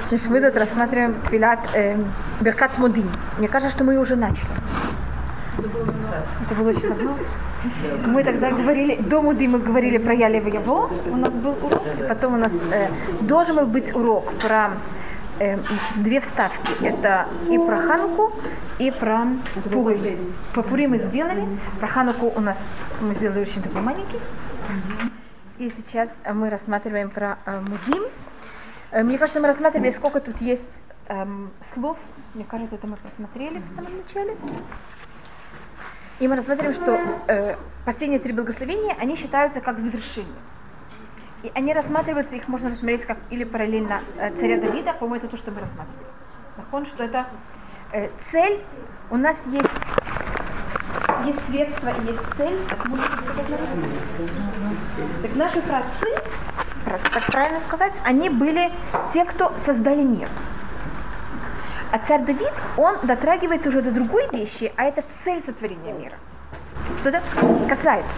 Значит, мы тут рассматриваем Твилат Беркат Модим. Мне кажется, что мы уже начали. Это было очень давно. Мы тогда говорили, до Муди мы говорили про Ялев и Яво, у нас был урок, и потом у нас должен был быть урок про две вставки. Это и про Хануку, и про Пурим. По Пурим мы сделали, про Хануку у нас мы сделали очень такой маленький. И сейчас мы рассматриваем про Мудим. Мне кажется, мы рассматривали, сколько тут есть слов. Мне кажется, это мы просмотрели в самом начале. И мы рассматриваем, что последние три благословения, они считаются как завершение. И они рассматриваются, их можно рассмотреть как или параллельно царя Давида, по-моему, это то, что мы рассматривали. Закон, что это цель, у нас есть средства и есть цель, так можно сказать на русском. Так наши праотцы, так правильно сказать, они были те, кто создали мир. А царь Давид, он дотрагивается уже до другой вещи, а это цель сотворения мира. Что это касается?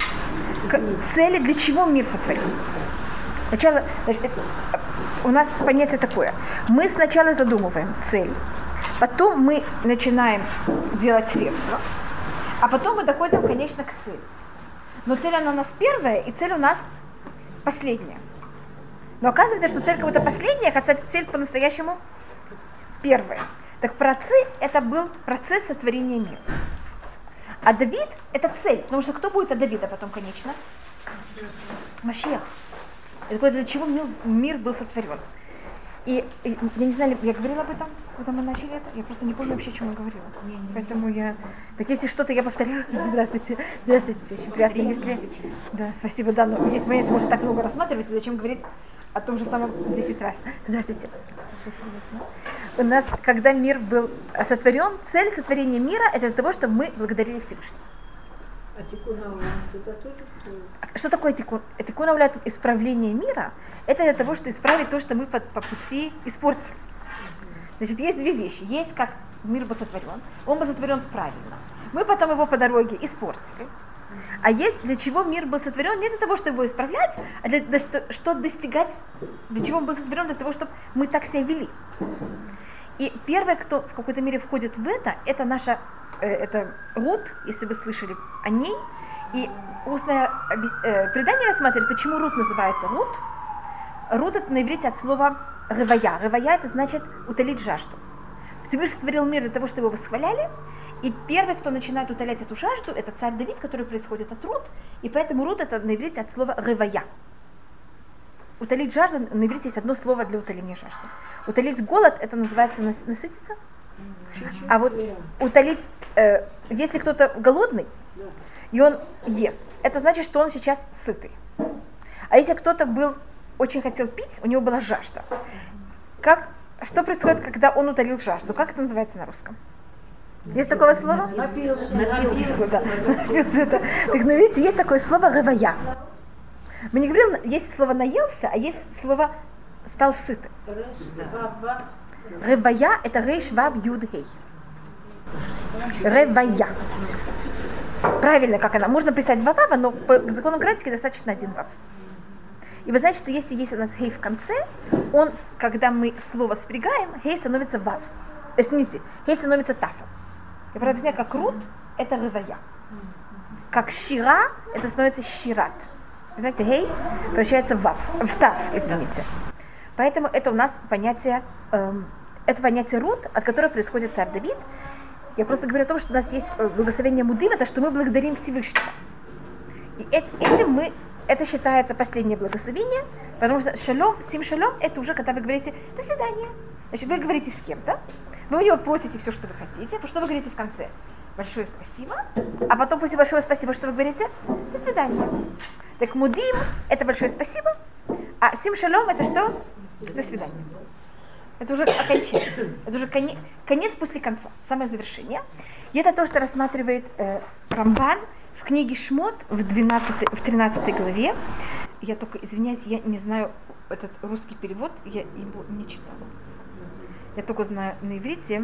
Цели, для чего мир сотворен. Сначала, значит, у нас понятие такое. Мы сначала задумываем цель, потом мы начинаем делать средства, а потом мы доходим, конечно, к цели. Но цель она у нас первая, и цель у нас последняя. Но оказывается, что цель как будто последняя, хотя цель по-настоящему первая. Так праотцы это был процесс сотворения мира. А Давид это цель, потому что кто будет от Давида потом, конечно? Машиах. Это такое, для чего мир был сотворен. И я не знаю, я говорила об этом, когда мы начали это, я просто не помню вообще, о чем я говорила. Поэтому я... Так если что-то я повторяю, здравствуйте, очень приятно, если... Да, спасибо, да, но есть понятие, можно так много рассматривать, зачем говорить о том же самом 10 раз. Здравствуйте. У нас, когда мир был сотворен, цель сотворения мира это для того, чтобы мы благодарили Всевышнего. А тикун аулам это тоже? Что такое тикун? Тикун аулам исправление мира. Это для того, чтобы исправить то, что мы по пути испортили. Значит, есть две вещи. Есть как мир был сотворен. Он был сотворен правильно. Мы потом его по дороге испортили. А есть для чего мир был сотворен, не для того, чтобы его исправлять, а для что достигать, для чего он был сотворен, для того, чтобы мы так себя вели. И первое, кто в какой-то мере входит в это наша, это Рут, если вы слышали о ней. И устное предание рассматривает, почему Рут называется Рут. Рут это на иврите от слова ревая. Ревая это значит утолить жажду. Всевышний сотворил мир для того, чтобы его восхваляли. И первый, кто начинает утолять эту жажду, это царь Давид, который происходит от Рут. И поэтому Рут это на иврите от слова ревая. Утолить жажду, на иврите есть одно слово для утоления жажды. Утолить голод, это называется насытиться. А вот утолить, если кто-то голодный, и он ест, это значит, что он сейчас сытый. А если кто-то очень хотел пить, у него была жажда. Что происходит, когда он утолил жажду? Как это называется на русском? Есть такое слово? Напился. Да. Напился, да. Так, но видите, есть такое слово ревая. Мы не говорим, есть слово наелся, а есть слово стал сытым. Ревая это рейш вав юд гей. Ревая. Правильно, как она. Можно писать два вава, но по закону грамматики достаточно один вав. И вы знаете, что если есть у нас гей в конце, когда мы слово спрягаем, гей становится вав. Извините, гей становится тафом. Я правда объясняю, как рут это ревая. Как щира это становится щират. Вы знаете, гей превращается в тав, извините. Поэтому это у нас понятие рут, от которого происходит царь Давид. Я просто говорю о том, что у нас есть благословение Мудим, это что мы благодарим Всевышнего. И это считается последнее благословение, потому что шалом, сим шалом, это уже когда вы говорите «до свидания». Значит, вы говорите с кем-то, вы у него просите все, что вы хотите, что вы говорите в конце? Большое спасибо. А потом после большого спасибо, что вы говорите? До свидания. Так Мудим это большое спасибо, а сим шалом это что? До свидания. Это уже окончание. Это уже конец после конца, самое завершение. И это то, что рассматривает Рамбан в книге Шмот в 13 главе. Я только, извиняюсь, я не знаю этот русский перевод, я его не читала. Я только знаю на иврите.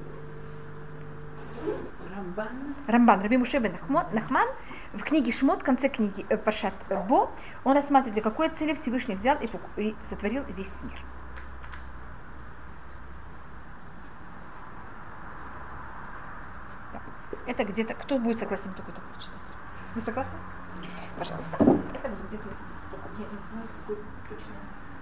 Рамбан, Раби Моше бен Нахман, в книге Шмот, в конце книги Паршат Бо, он рассматривает, для какой цели Всевышний взял и сотворил весь мир. Это где-то, кто будет согласен такой прочитать? Вы согласны? Пожалуйста. Это вот где-то здесь. Я не знаю, какой точно.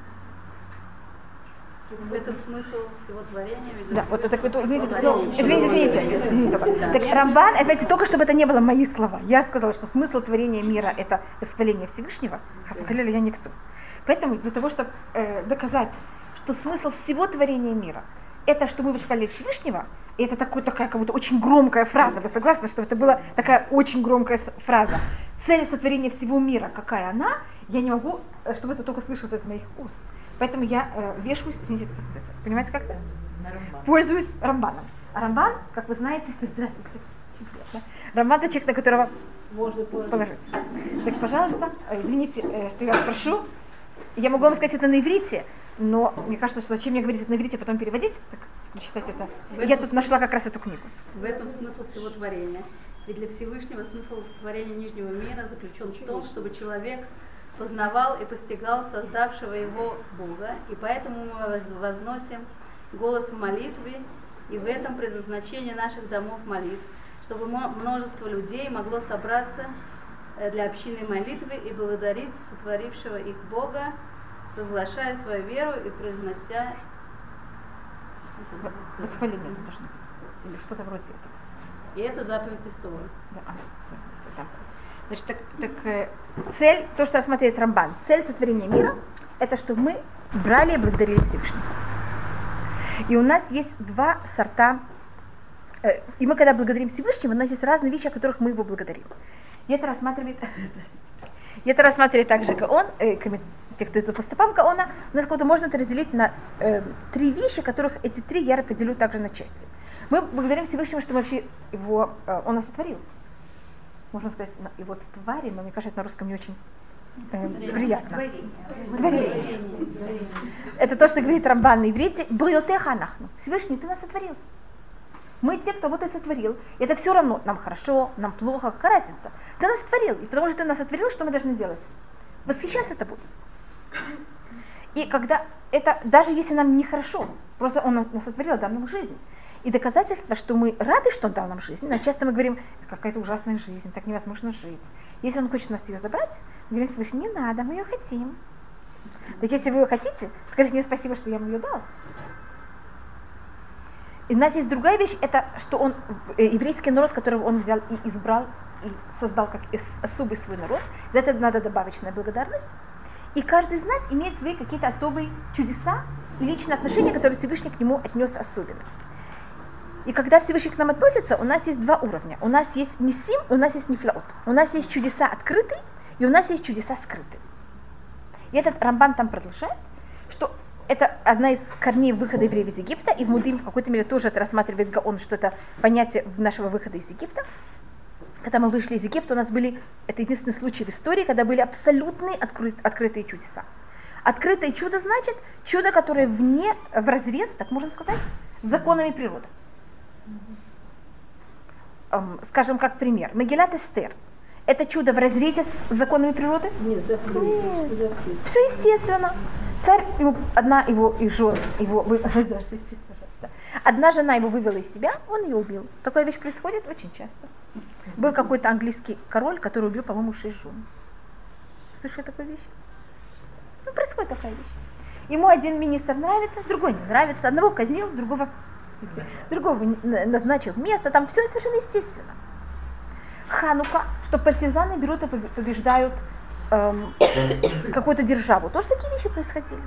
В этом смысл всего творения. Да, вот это, извините. Так Рамбан, опять только чтобы это не было мои слова. Я сказала, что смысл творения мира – это восхваление Всевышнего, а сохраняли я никто. Поэтому для того, чтобы доказать, что смысл всего творения мира – это что мы восхвалили Всевышнего, и это такая как будто очень громкая фраза. Вы согласны, что это была такая очень громкая фраза? Цель сотворения всего мира, какая она, я не могу, чтобы это только слышалось из моих уст. Поэтому я вешаюсь, понимаете, как-то? Пользуюсь Рамбаном. А Рамбан, как вы знаете, здравствуйте, Рамбан это человек, на которого можно положиться. Так, пожалуйста, извините, что я вас прошу. Я могу вам сказать это на иврите, но мне кажется, что зачем мне говорить это на иврите, потом переводить, так, прочитать это. Я тут нашла как раз эту книгу. В этом смысл всего творения. Ведь для Всевышнего смысл творения нижнего мира заключен в том, чтобы человек познавал и постигал создавшего его Бога, и поэтому мы возносим голос в молитве, и в этом предназначение наших домов молитв, чтобы множество людей могло собраться для общинной молитвы и благодарить сотворившего их Бога, разглашая свою веру и произнося восхваление должно быть, или что-то вроде этого. И это заповедь из Торы. Да. Значит, цель, то, что рассматривает Рамбан, цель сотворения мира, это чтобы мы брали и благодарили Всевышнего. И у нас есть два сорта, и мы когда благодарим Всевышнего, у нас есть разные вещи, о которых мы его благодарим. И это рассматривает также Гаон, те, кто идут по стопам Гаона, у нас кого-то можно это разделить на три вещи, которых эти три я поделю также на части. Мы благодарим Всевышнего, что вообще он нас сотворил. Можно сказать, его твари, но мне кажется, это на русском не очень приятно. Творение. Это то, что говорит Рамбан на иврите. Бриотеха анахну. Всевышний, ты нас сотворил. Мы те, кто вот и сотворил. И это все равно, нам хорошо, нам плохо, какая разница? Ты нас сотворил. И потому что ты нас сотворил, что мы должны делать? Восхищаться тобой. И когда это, даже если нам нехорошо, просто он нас сотворил, дал нам жизнь. И доказательство, что мы рады, что он дал нам жизнь. Но часто мы говорим, какая-то ужасная жизнь, так невозможно жить. Если он хочет нас ее забрать, мы говорим, Всевышний, не надо, мы ее хотим. Так если вы ее хотите, скажите мне спасибо, что я вам ее дал. И у нас есть другая вещь, это что он, еврейский народ, которого он взял и избрал, и создал как особый свой народ, за это надо добавочная благодарность. И каждый из нас имеет свои какие-то особые чудеса и личные отношения, которые Всевышний к нему отнес особенно. И когда Всевышний к нам относится, у нас есть два уровня. У нас есть нисим, и у нас есть нифлаот. У нас есть чудеса открытые, и у нас есть чудеса скрытые. И этот Рамбан там продолжает, что это одна из корней выхода евреев из Египта, и в Мудим в какой-то мере тоже это рассматривает Гаон, что это понятие нашего выхода из Египта. Когда мы вышли из Египта, у нас были, это единственный случай в истории, когда были абсолютные открытые чудеса. Открытое чудо значит чудо, которое вразрез, так можно сказать, с законами природы. Скажем, как пример, Мегилат Эстер. Это чудо в разрезе с законами природы? Нет, закрыто. Все естественно. Царь, одна его из жен, одна жена его вывела из себя, он ее убил. Такая вещь происходит очень часто. Был какой-то английский король, который убил, по-моему, 6 жен. Слышали такую вещь? Ну, происходит такая вещь. Ему один министр нравится, другой не нравится. Одного казнил, другого назначил место. Там все совершенно естественно. Ханука, что партизаны берут и побеждают какую-то державу. Тоже такие вещи происходили.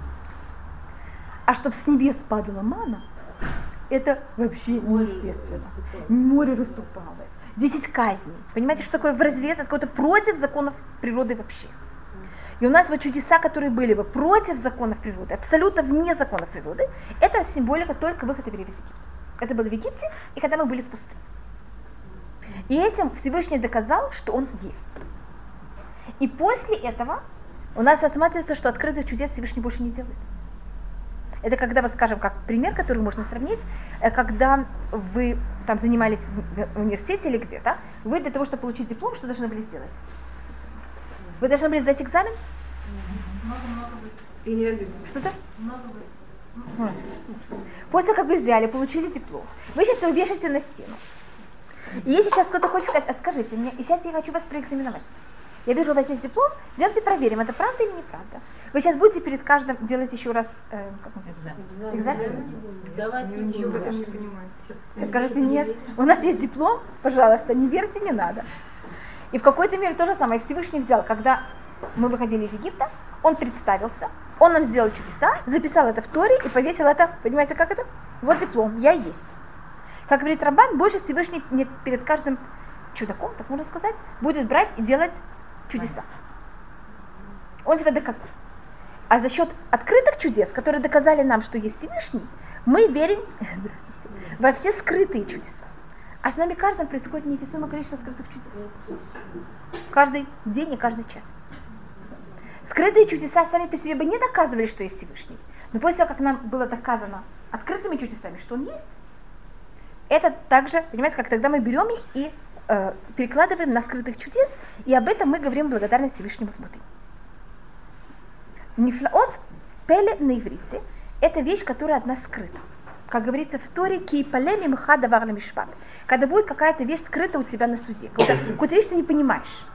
А чтобы с небес падала мана, это вообще неестественно. Море расступалось. 10 казней. Понимаете, что такое вразрез? Это какое-то против законов природы вообще. И у нас вот чудеса, которые были бы против законов природы, абсолютно вне законов природы, это символика только выхода евреев из Египта. Это было в Египте, и когда мы были в пустыне. И этим Всевышний доказал, что он есть. И после этого у нас рассматривается, что открытых чудес Всевышний больше не делает. Это когда, скажем, как пример, который можно сравнить, когда вы там занимались в университете или где-то, вы для того, чтобы получить диплом, что должны были сделать? Вы должны были сдать экзамен? Много выступить. Что-то? Много выступить. После как вы взяли, получили диплом, вы сейчас его вешаете на стену. И если сейчас кто-то хочет сказать, а скажите мне, и сейчас я хочу вас проэкзаменовать. Я вижу, у вас есть диплом, идемте проверим, это правда или неправда. Вы сейчас будете перед каждым делать еще раз, как называется, экзамен? Давайте ничего в этом не понимаю. Скажите, нет, у нас есть диплом, пожалуйста, не верьте, не надо. И в какой-то мере то же самое Всевышний взял, когда мы выходили из Египта, он представился, он нам сделал чудеса, записал это в Торе и повесил это, понимаете, как это? Вот диплом, я есть. Как говорит Рамбан, больше Всевышний не перед каждым чудаком, так можно сказать, будет брать и делать чудеса. Он себя доказал. А за счет открытых чудес, которые доказали нам, что есть Всевышний, мы верим во все скрытые чудеса. А с нами каждым происходит неописуемое количество скрытых чудес. Каждый день и каждый час. Скрытые чудеса сами по себе бы не доказывали, что есть Всевышний. Но после того, как нам было доказано открытыми чудесами, что он есть, это также, понимаете, как тогда мы берем их и перекладываем на скрытых чудес, и об этом мы говорим благодарность Всевышнему внутри. Нифлаот пеле на иврите – это вещь, которая от нас скрыта. Как говорится в Торе, кипале мимха давар мишпат. Когда будет какая-то вещь скрыта у тебя на суде, какую-то вещь ты не понимаешь.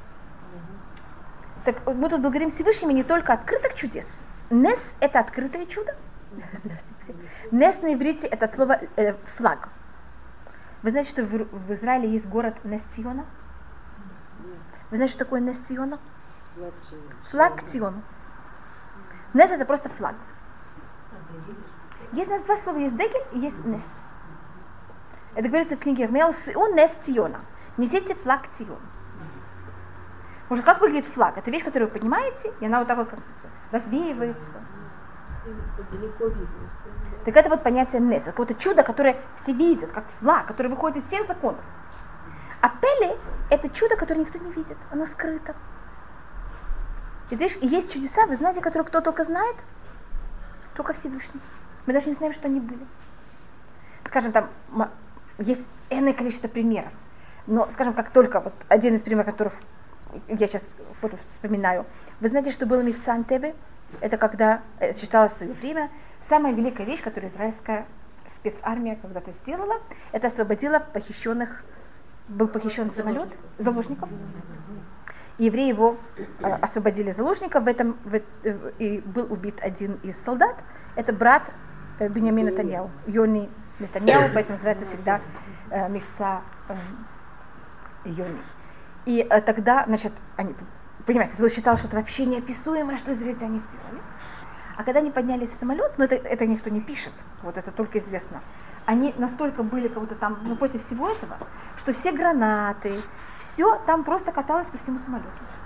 Так мы тут благодарим Всевышнему не только открытых чудес. Нес – это открытое чудо. Нес на иврите – это от слова флаг. Вы знаете, что в Израиле есть город Нес-Циона? Вы знаете, что такое Нес-Циона? Флаг Циона. Нес – это просто флаг. Есть у нас два слова, есть дегель и есть Нес. Это говорится в книге Меусиун Нес-Циона. Несите флаг Циона. Уже как выглядит флаг? Это вещь, которую вы поднимаете, и она вот так вот развеивается. Далеко видно. Так это вот понятие Нес, какое-то чудо, которое все видят, как флаг, который выходит из всех законов. А Пеле – это чудо, которое никто не видит, оно скрыто. И видишь, и есть чудеса, вы знаете, которые кто только знает, только Всевышний. Мы даже не знаем, что они были. Скажем, там есть энное количество примеров, но, скажем, как только вот один из примеров, которых я сейчас вот вспоминаю. Вы знаете, что было мифца Антебе? Это когда, это считалось в свое время, самая великая вещь, которую израильская спецармия когда-то сделала, это освободила похищенных, был похищен самолет, заложников. И евреи его освободили заложников, и был убит один из солдат. Это брат Биньямина Нетаньяху, Йони Нетаньяху, поэтому называется всегда мифца Йони. И тогда, значит, они, понимаете, кто считал, что это вообще неописуемое, что израильтяне сделали. А когда они поднялись в самолет, ну это никто не пишет, вот это только известно, они настолько были кого-то там, ну после всего этого, что все гранаты, все там просто каталось по всему самолету.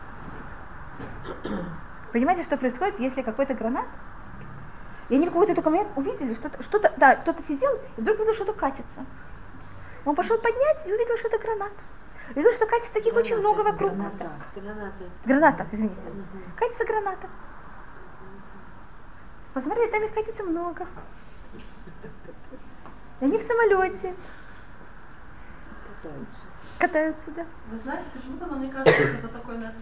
Понимаете, что происходит, если какой-то гранат, и они в какой-то только момент увидели, что-то, да, кто-то сидел, и вдруг увидел, что-то катится. Он пошел поднять и увидел, что это гранат. Видел, что катится таких очень много вокруг. Граната, извините. Катится граната. Посмотрели, там их катится много. И они в самолете. Катаются, да. Вы знаете, почему-то мне кажется, что это такой нас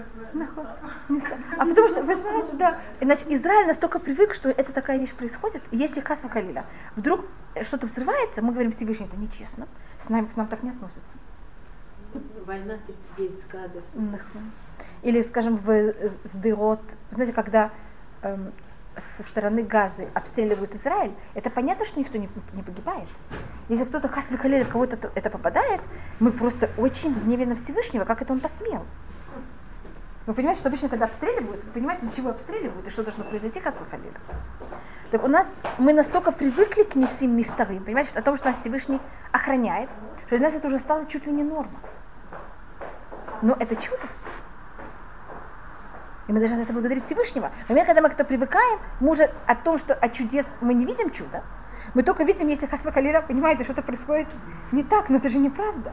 А потому что, вы знаете, да, иначе Израиль настолько привык, что это такая вещь происходит, и если хас вахалиля, вдруг что-то взрывается, мы говорим, Всевышний, это нечестно, с нами к нам так не относятся. Война 39 скадов. Или, скажем, в Сдерот, знаете, когда со стороны Газы обстреливают Израиль, это понятно, что никто не погибает. Если кто-то хас вахалиля, кого-то это попадает, мы просто очень в гневе на Всевышнего, как это он посмел. Вы понимаете, что обычно, когда обстреливают, вы понимаете, для чего обстреливают и что должно произойти, хас вахалиля. Так у нас, мы настолько привыкли к несим мистовым, понимаете, о том, что нас Всевышний охраняет, что для нас это уже стало чуть ли не норма. Но это чудо. И мы должны за это благодарить Всевышнего. В момент, когда мы к этому привыкаем, мы уже о том, что от чудес мы не видим чуда, мы только видим, если хас вахалиля, понимаете, что-то происходит не так, но это же неправда.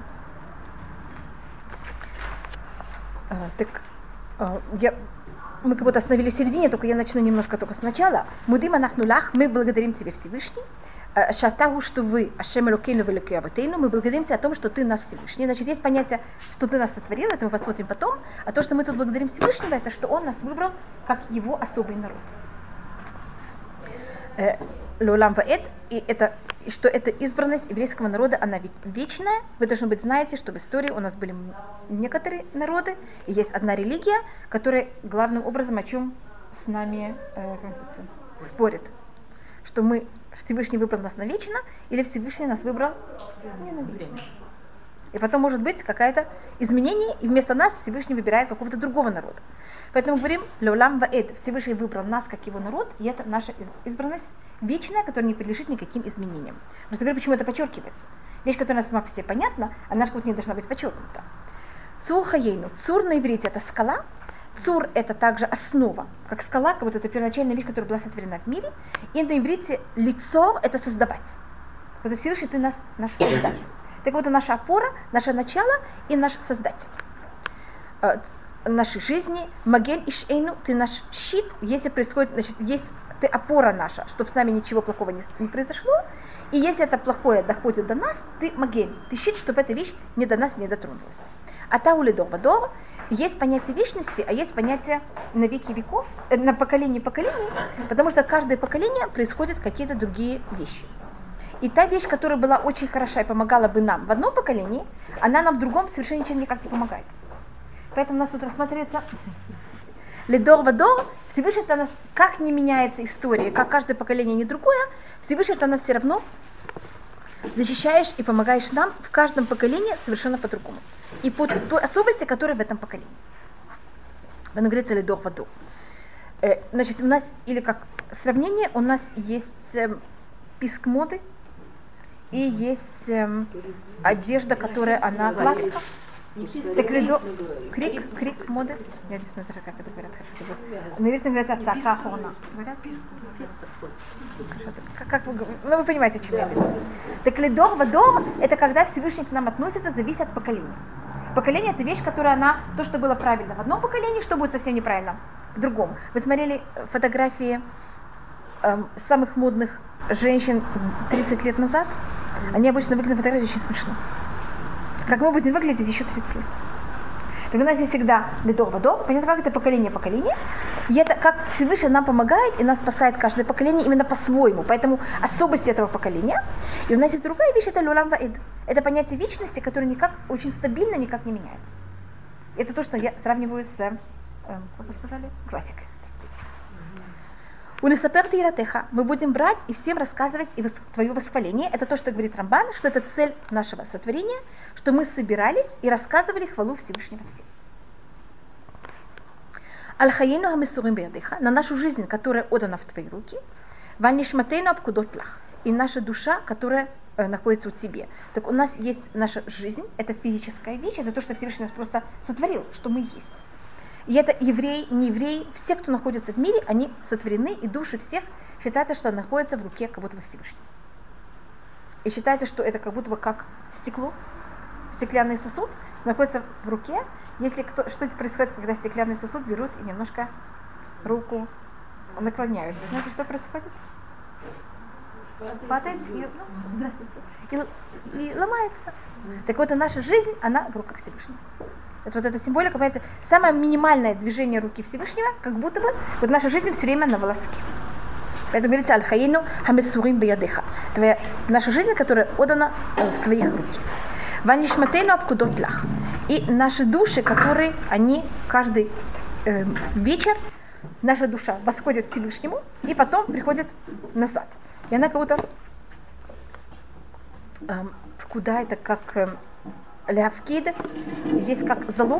Мы как будто остановились в середине, только я начну немножко только сначала. Мудим анахнулах, мы благодарим Тебя, Всевышний. Шатаху, что вы, Ашем Элокейну великий Авотейну, мы благодарим Тебя о том, что Ты нас Всевышний. Значит, есть понятие, что Ты нас сотворил, это мы посмотрим потом. А то, что мы тут благодарим Всевышнего, это что Он нас выбрал как Его особый народ. Лолам ваэд, и это и что эта избранность еврейского народа, она вечная. Вы, должны быть, знаете, что в истории у нас были некоторые народы, и есть одна религия, которая главным образом о чем с нами спорит. Что Всевышний выбрал нас навечно, или Всевышний нас выбрал не навечно. И потом может быть какое-то изменение, и вместо нас Всевышний выбирает какого-то другого народа. Поэтому говорим, леулам ваэд, Всевышний выбрал нас как его народ, и это наша избранность вечная, которая не подлежит никаким изменениям. Просто говорю, почему это подчеркивается. Вещь, которая сама по себе понятна, она как будто не должна быть подчеркнута. Цур хаейну. Цур на иврите это скала. Цур это также основа, как скала, как вот это первоначальная вещь, которая была сотворена в мире. И на иврите лицо это создавать. Вот Всевышний ты наш создатель. Так вот, это наша опора, наше начало и наш создатель нашей жизни. Маген ишейну, ты наш щит, если происходит, значит, есть ты опора наша, чтобы с нами ничего плохого не произошло. И если это плохое доходит до нас, ты маген, ты щит, чтобы эта вещь не до нас не дотронулась. А таули дор, есть понятие вечности, а есть понятие на веки веков, на поколение поколений, потому что каждое поколение происходят какие-то другие вещи. И та вещь, которая была очень хороша и помогала бы нам в одном поколении, она нам в другом совершенно ничем никак не помогает. Поэтому у нас тут рассматривается ледор вадор, Всевышний это нас, как не меняется история, как каждое поколение не другое, Всевышний это нас все равно защищаешь и помогаешь нам в каждом поколении совершенно по-другому. И по той особости, которая в этом поколении. Оно говорится ледор вадор. Значит, у нас, или как сравнение, у нас есть писк моды, и есть одежда, которая она классика. Так крик моды. Я не знаю даже, как это говорят. На иврите говорится цака ахорона. Говорят? Как вы, ну, вы понимаете, о чем я говорю. Так ледор вадор, это когда Всевышний к нам относится, зависит от поколения. Поколение это вещь, которая она, то, что было правильно в одном поколении, что будет совсем неправильно в другом. Вы смотрели фотографии самых модных женщин 30 лет назад? Они обычно выглядят на фотографии очень смешно. Как мы будем выглядеть еще 30 лет. Так у нас есть всегда ледор вадор, понятно, как это поколение. И это как Всевышний нам помогает и нас спасает каждое поколение именно по-своему. Поэтому особенности этого поколения. И у нас есть другая вещь, это лулам ваэд. Это понятие вечности, которое никак, очень стабильно никак не меняется. Это то, что я сравниваю с, как вы сказали, классикой. Улисапер тиратеха. Мы будем брать и всем рассказывать и твое восхваление. Это то, что говорит Рамбан, что это цель нашего сотворения, что мы собирались и рассказывали хвалу Всевышнего всем. Аль-Хаейну хамисурим биядеха, на нашу жизнь, которая отдана в твои руки, ванишматейну абкудот лах, и наша душа, которая находится у тебя. Так у нас есть наша жизнь, это физическая вещь, это то, что Всевышний нас просто сотворил, что мы есть. И это евреи, не евреи, все, кто находится в мире, они сотворены, и души всех считается, что находится в руке как будто бы Всевышнего. И считается, что это как будто бы как стекло, стеклянный сосуд находится в руке. Если что происходит, когда стеклянный сосуд берут и немножко руку наклоняют. Вы знаете, что происходит? Падает и ломается. Так вот, и наша жизнь, она в руках Всевышнего. Это вот эта символика, понимаете, самое минимальное движение руки Всевышнего, как будто бы вот наша жизнь все время на волоске. Поэтому говорится аль-хаейну хамисурим биядеха. Твоя наша жизнь, которая отдана в твоих руках. Ванишматейну абкудот лах. И наши души, которые они каждый вечер, наша душа восходит к Всевышнему и потом приходит назад. И она как будто куда это как лявкид, есть как залог.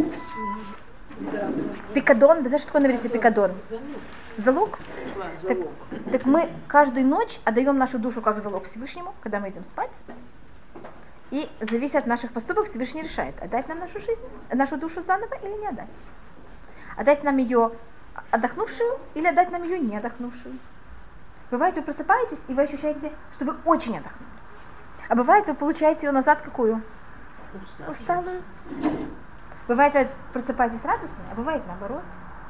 Пикадон, вы знаете, что такое на иврите пикадон? Залог. Так мы каждую ночь отдаем нашу душу как залог Всевышнему, когда мы идем спать. И зависит от наших поступков, Всевышний решает, отдать нам нашу жизнь, нашу душу заново или не отдать. Отдать нам ее отдохнувшую или отдать нам ее не отдохнувшую. Бывает, вы просыпаетесь, и вы ощущаете, что вы очень отдохнули. А бывает, вы получаете ее назад какую? Усталую. Бывает, вы просыпаетесь радостной, а бывает наоборот.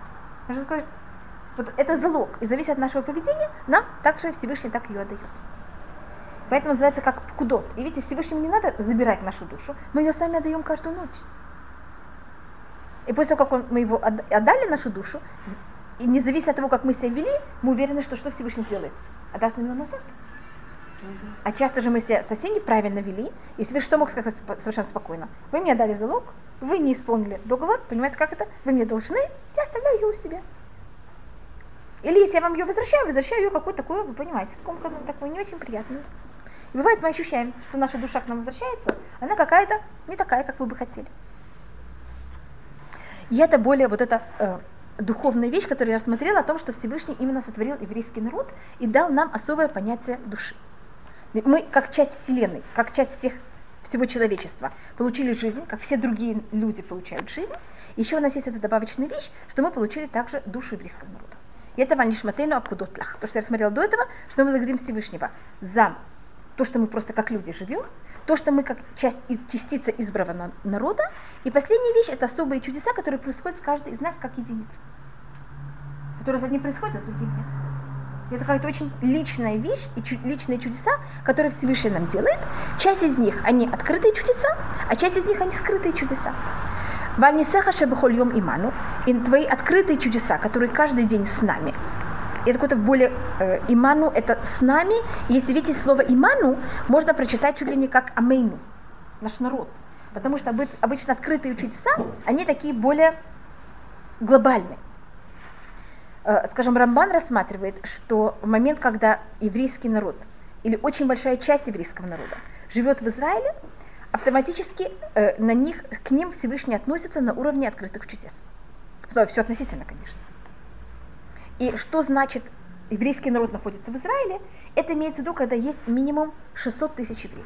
Вот это залог. И зависит от нашего поведения, нам также Всевышний так ее отдает. Поэтому называется как пкудот. И видите, Всевышнему не надо забирать нашу душу, мы ее сами отдаем каждую ночь. И после того, как мы его отдали, нашу душу, и не зависит от того, как мы себя вели, мы уверены, что Всевышний сделает. Отдаст нам ее назад. А часто же мы себя совсем неправильно вели. Если вы что мог сказать совершенно спокойно? Вы мне дали залог, вы не исполнили договор, понимаете, как это? Вы мне должны, я оставляю ее у себя. Или если я вам ее возвращаю ее какой-то такой, вы понимаете, скомканной такой, не очень приятной. И бывает, мы ощущаем, что наша душа к нам возвращается, она какая-то не такая, как вы бы хотели. И это более вот эта духовная вещь, которую я рассмотрела, о том, что Всевышний именно сотворил еврейский народ и дал нам особое понятие души. Мы, как часть Вселенной, как часть всего человечества, получили жизнь, как все другие люди получают жизнь. Еще у нас есть эта добавочная вещь, что мы получили также душу еврейского народа. И это ванишматейну абкудотлах. То, что я рассмотрела до этого, что мы благодарим Всевышнего за то, что мы просто как люди живем, то, что мы как частица избранного народа. И последняя вещь – это особые чудеса, которые происходят с каждой из нас как единицы. Которые с одним происходят, а с другим нет. Это какая-то очень личная вещь и личные чудеса, которые Всевышний нам делает. Часть из них, они открытые чудеса, а часть из них, они скрытые чудеса. Вальнисаха шебахольем иману, и твои открытые чудеса, которые каждый день с нами. Это какое-то более иману, это с нами. И если видите слово иману, можно прочитать чуть ли не как амейну, наш народ. Потому что обычно открытые чудеса, они такие более глобальные. Скажем, Рамбан рассматривает, что в момент, когда еврейский народ, или очень большая часть еврейского народа, живет в Израиле, автоматически к ним Всевышний относится на уровне открытых чудес. Все относительно, конечно. И что значит еврейский народ находится в Израиле? Это имеется в виду, когда есть минимум 600 тысяч евреев.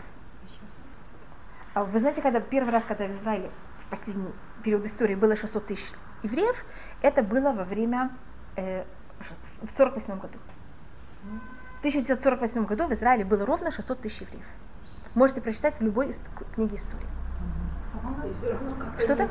Вы знаете, когда первый раз, когда в Израиле в последний период истории было 600 тысяч евреев, это было во время в 1948 году. В 1948 году в Израиле было ровно 600 тысяч евреев. Можете прочитать в любой книге истории. Что-то?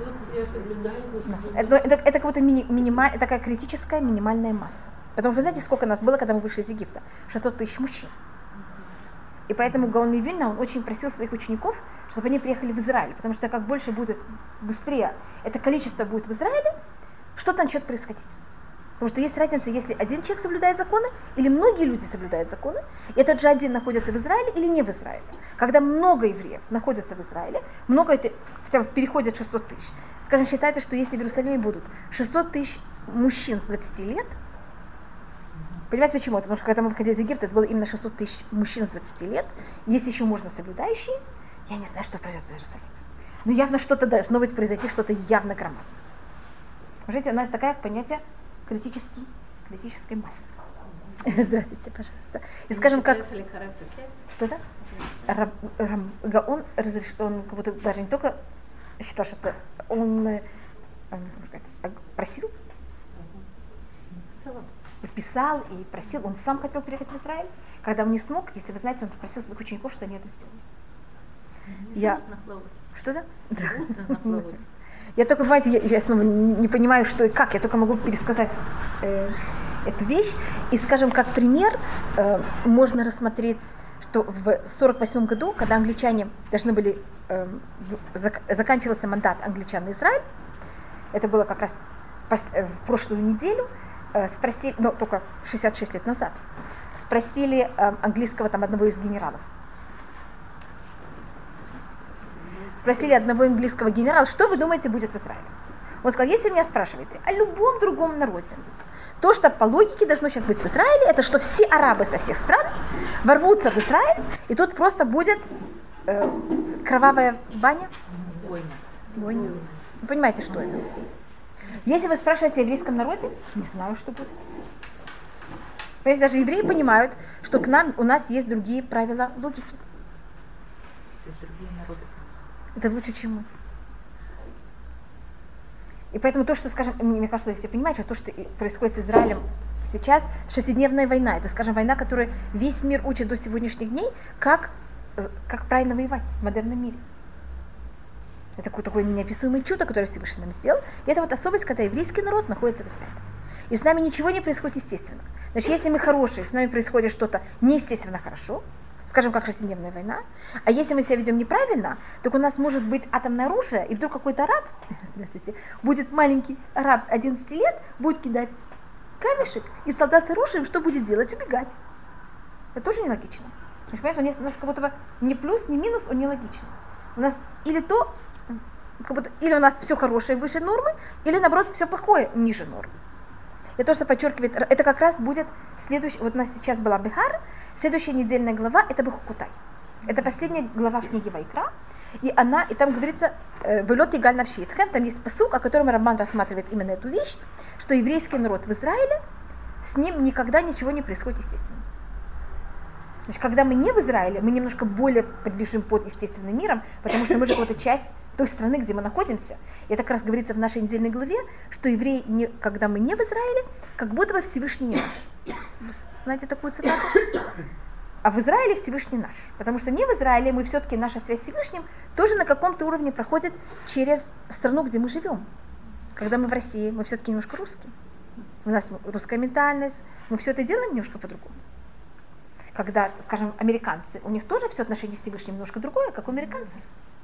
Это как будто такая критическая минимальная масса. Потому что вы знаете, сколько нас было, когда мы вышли из Египта? 600 тысяч мужчин. И поэтому Гаон Мивильна, он очень просил своих учеников, чтобы они приехали в Израиль. Потому что как больше будет, быстрее это количество будет в Израиле, что-то начнет происходить. Потому что есть разница, если один человек соблюдает законы, или многие люди соблюдают законы, и этот же один находится в Израиле или не в Израиле. Когда много евреев находятся в Израиле, много это, хотя бы переходит 600 тысяч. Скажем, считается, что если в Иерусалиме будут 600 тысяч мужчин с 20 лет, понимаете почему? Потому что когда мы выходили из Египта, это было именно 600 тысяч мужчин с 20 лет, есть еще можно соблюдающие, я не знаю, что произойдет в Иерусалиме. Но явно что-то должно быть произойти, что-то явно громадное. Понимаете, у нас такая понятие критической массы. Здравствуйте, пожалуйста. И скажем, как... Что-то? Гаон он как будто даже не только считал, что он просил, писал и просил, он сам хотел приехать в Израиль. Когда он не смог, если вы знаете, он попросил своих учеников, что они это сделали. Что-то? Я только, понимаете, я снова не понимаю, что и как, я только могу пересказать эту вещь. И, скажем, как пример, можно рассмотреть, что в 1948 году, когда англичане должны были, заканчивался мандат англичан на Израиль, это было как раз в прошлую неделю, спросили, но только 66 лет назад, спросили английского там одного из генералов. Спросили одного английского генерала, что вы думаете будет в Израиле? Он сказал, если меня спрашиваете о любом другом народе, то, что по логике должно сейчас быть в Израиле, это что все арабы со всех стран ворвутся в Израиль, и тут просто будет кровавая баня. Война. Вы понимаете, что это? Если вы спрашиваете о еврейском народе, не знаю, что будет. Понимаете, даже евреи понимают, что у нас есть другие правила логики. То есть другие народы. Это лучше, чем мы. И поэтому то, что, скажем, мне кажется, вы все понимаете, что то, что происходит с Израилем сейчас, шестидневная война, это, скажем, война, которую весь мир учит до сегодняшних дней, как правильно воевать в модерном мире. Это такое неописуемое чудо, которое Всевышний нам сделал. И это вот особость, когда еврейский народ находится в Израиле. И с нами ничего не происходит естественно. Значит, если мы хорошие, с нами происходит что-то неестественно хорошо, скажем, как шестидневная война, а если мы себя ведем неправильно, то у нас может быть атомное оружие, и вдруг какой-то араб, здравствуйте, будет маленький араб 11 лет, будет кидать камешек, и солдат с оружием что будет делать? Убегать. Это тоже нелогично. Понимаешь, у нас как будто бы ни плюс, ни минус, он нелогичный. У нас или то, как будто, или у нас все хорошее выше нормы, или наоборот все плохое ниже нормы. И то, что подчеркивает, это как раз будет следующий, вот у нас сейчас была Бихар, следующая недельная глава это Бехукутай. Это последняя глава в книге Вайкра, и там говорится, «Вэлот игаль навши итхэм», там есть пасук, о котором Рамбан рассматривает именно эту вещь, что еврейский народ в Израиле, с ним никогда ничего не происходит естественно. Значит, когда мы не в Израиле, мы немножко более подлежим под естественным миром, потому что мы же какая-то часть той страны, где мы находимся. И это как раз говорится в нашей недельной главе, что евреи, когда мы не в Израиле, как будто бы Всевышний не наш. Вы знаете такую цитату? А в Израиле Всевышний наш. Потому что не в Израиле, мы все-таки, наша связь с Всевышним тоже на каком-то уровне проходит через страну, где мы живем. Когда мы в России, мы все-таки немножко русские. У нас русская ментальность, мы все это делаем немножко по-другому. Когда, скажем, американцы, у них тоже все отношение с Всевышним немножко другое, как у американцев.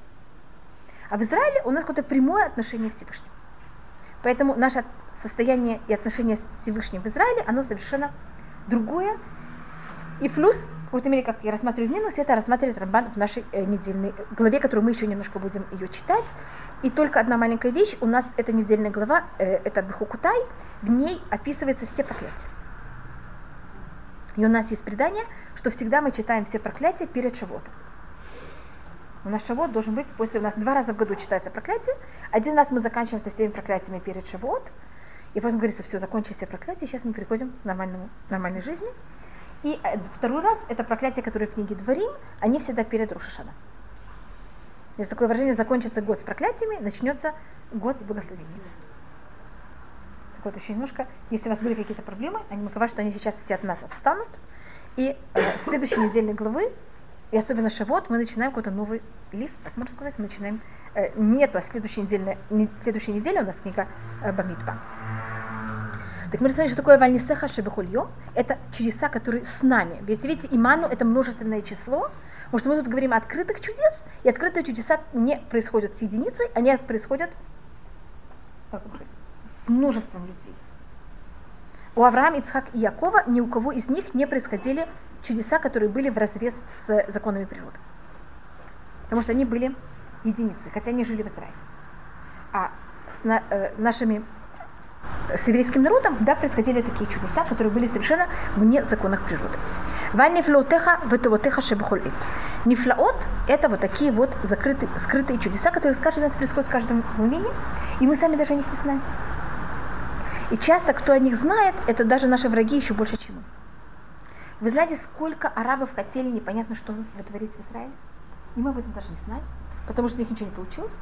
А в Израиле у нас какое-то прямое отношение к Всевышнему. Поэтому наше состояние и отношение с Всевышним в Израиле, оно совершенно другое. И плюс, в какой-то мере, как я рассматриваю минус, это рассматривает Рамбан в нашей недельной главе, которую мы еще немножко будем ее читать. И только одна маленькая вещь, у нас эта недельная глава, это Бехукутай, в ней описываются все проклятия. И у нас есть предание, что всегда мы читаем все проклятия перед Шавотом. У нас Шавот должен быть, у нас 2 раза в году читается проклятие, 1 раз мы заканчиваем со всеми проклятиями перед Шавот, и потом говорится, все, закончили все проклятия, сейчас мы переходим к нормальной жизни. И 2 раз, это проклятия, которые в книге Дворим, они всегда перед Рош ха-Шана. Есть такое выражение, закончится год с проклятиями, начнется год с благословениями. Так вот, еще немножко, если у вас были какие-то проблемы, они макова, что они сейчас все от нас отстанут, и с следующей недельной главы, и особенно Шавот, мы начинаем какой-то новый лист, так можно сказать, мы начинаем, нету, а следующая неделя у нас книга Бамидбар. Так мы рассмотрим, что такое Вальнисеха Шебехульо, это чудеса, которые с нами. Если видите, Иману это множественное число, потому что мы тут говорим о открытых чудес, и открытые чудеса не происходят с единицей, они происходят с множеством людей. У Авраама, Ицхак и Якова ни у кого из них не происходили чудеса, которые были вразрез с законами природы. Потому что они были единицы, хотя они жили в Израиле. А с еврейским народом, да, происходили такие чудеса, которые были совершенно вне законов природы. Нифлаот – это вот такие вот скрытые чудеса, которые с каждым нас происходят в каждом мгновении, и мы сами даже о них не знаем. И часто, кто о них знает, это даже наши враги еще больше, чем мы. Вы знаете, сколько арабов хотели непонятно что вытворить в Израиле? И мы об этом даже не знаем, потому что у них ничего не получилось.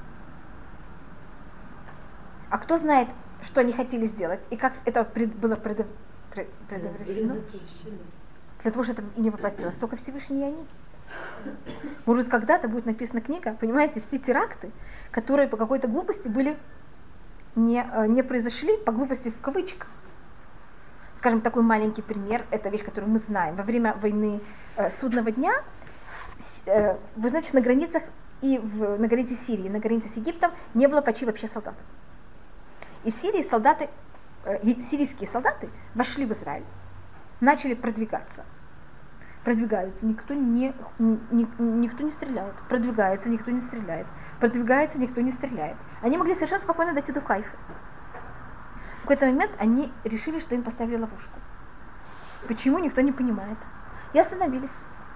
А кто знает, что они хотели сделать, и как это было предотвращено? Для того, чтобы это не воплотилось. Только Всевышний и они. Может быть, когда-то будет написана книга, понимаете, все теракты, которые по какой-то глупости были не произошли, по глупости в кавычках. Скажем, такой маленький пример, это вещь, которую мы знаем. Во время войны Судного дня, вы знаете, на границах и на границе Сирии, на границе с Египтом не было почти вообще солдат. И в Сирии сирийские солдаты вошли в Израиль, начали продвигаться. Продвигаются, никто не стреляет. Продвигаются, никто не стреляет. Продвигаются, никто не стреляет. Они могли совершенно спокойно дойти до Хайфы. В какой-то момент они решили, что им поставили ловушку. Почему, никто не понимает. И остановились.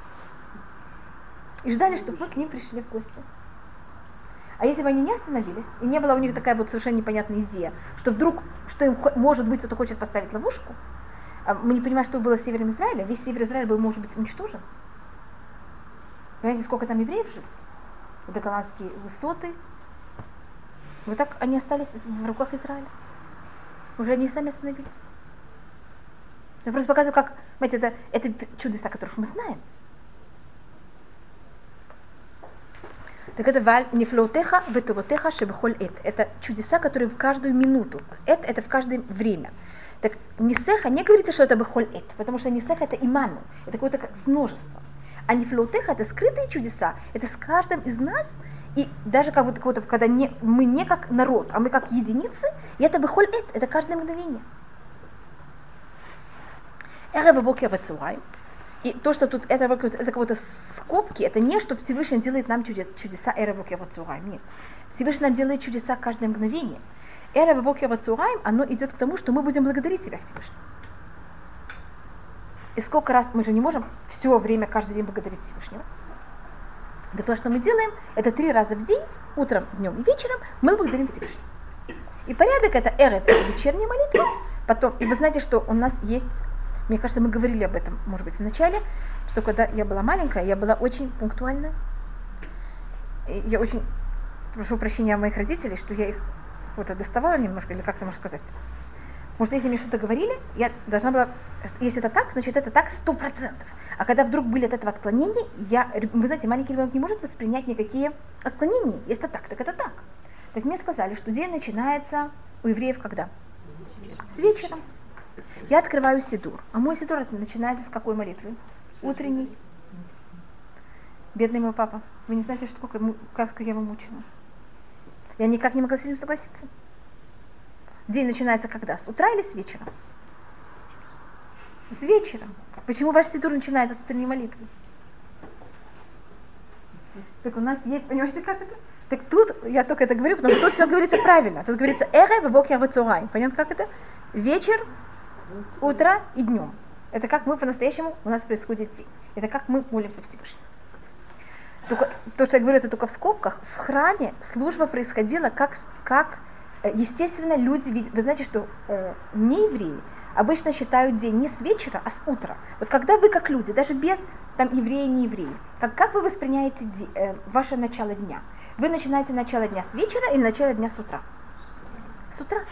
И ждали, чтобы мы к ним пришли в гости. А если бы они не остановились, и не была у них такая вот совершенно непонятная идея, что вдруг, что им может быть, кто-то хочет поставить ловушку, мы не понимаем, что было с севером Израиля, весь север Израиля был, может быть, уничтожен. Понимаете, сколько там евреев живет? Это голландские высоты. Вот так они остались в руках Израиля. Уже они сами остановились. Я просто показываю, как, знаете, это чудеса, которых мы знаем. Так это валь нефлоутеха ветовотеха шебехоль эт. Это чудеса, которые в каждую минуту. Это в каждое время. Так нисеха не говорится, что это бехоль эт, потому что нисеха это иману, это какое-то как множество. А нефлоутеха это скрытые чудеса, это с каждым из нас, и даже как будто когда мы не как народ, а мы как единицы, и это бехоль эт, это каждое мгновение. И то, что тут это какие-то скобки, это не, что Всевышний делает нам чудеса эра бокер вацураим. Нет. Всевышний нам делает чудеса каждое мгновение. Эра бокер вацураим, оно идет к тому, что мы будем благодарить Тебя, Всевышний. И сколько раз мы же не можем все время, каждый день благодарить Всевышнего. Да то, что мы делаем, это 3 раза в день, утром, днем и вечером, мы благодарим Всевышнего. И порядок это эрев, это вечерняя молитва. Потом, и вы знаете, что у нас есть, мне кажется, мы говорили об этом, может быть, в начале, что когда я была маленькая, я была очень пунктуальна. И я очень прошу прощения моих родителей, что я их вот доставала немножко, или как-то можно сказать. Потому что если мне что-то говорили, я должна была, если это так, значит это так 100%. А когда вдруг были от этого отклонения, вы знаете, маленький ребенок не может воспринять никакие отклонения. Если это так, так это так. Так мне сказали, что день начинается у евреев когда? С вечера. Я открываю сидур. А мой сидур начинается с какой молитвы? Утренней. Бедный мой папа. Вы не знаете, как я его мучила. Я никак не могла с этим согласиться. День начинается когда? С утра или с вечера? С вечера. Почему ваш сидур начинается с утренней молитвы? Так у нас есть, понимаете, как это? Так тут, я только это говорю, потому что тут все говорится правильно. Тут говорится эре бокер вацураим. Понятно, как это? Вечер, утро и днем. Это как мы по-настоящему, у нас происходит день. Это как мы молимся Всевышнему. Только, то, что я говорю, это только в скобках. В храме служба происходила как естественно, люди видят. Вы знаете, что не евреи обычно считают день не с вечера, а с утра. Вот когда вы как люди, даже без там евреи, не евреи, как вы воспринимаете ваше начало дня? Вы начинаете начало дня с вечера или начало дня с утра? С утра.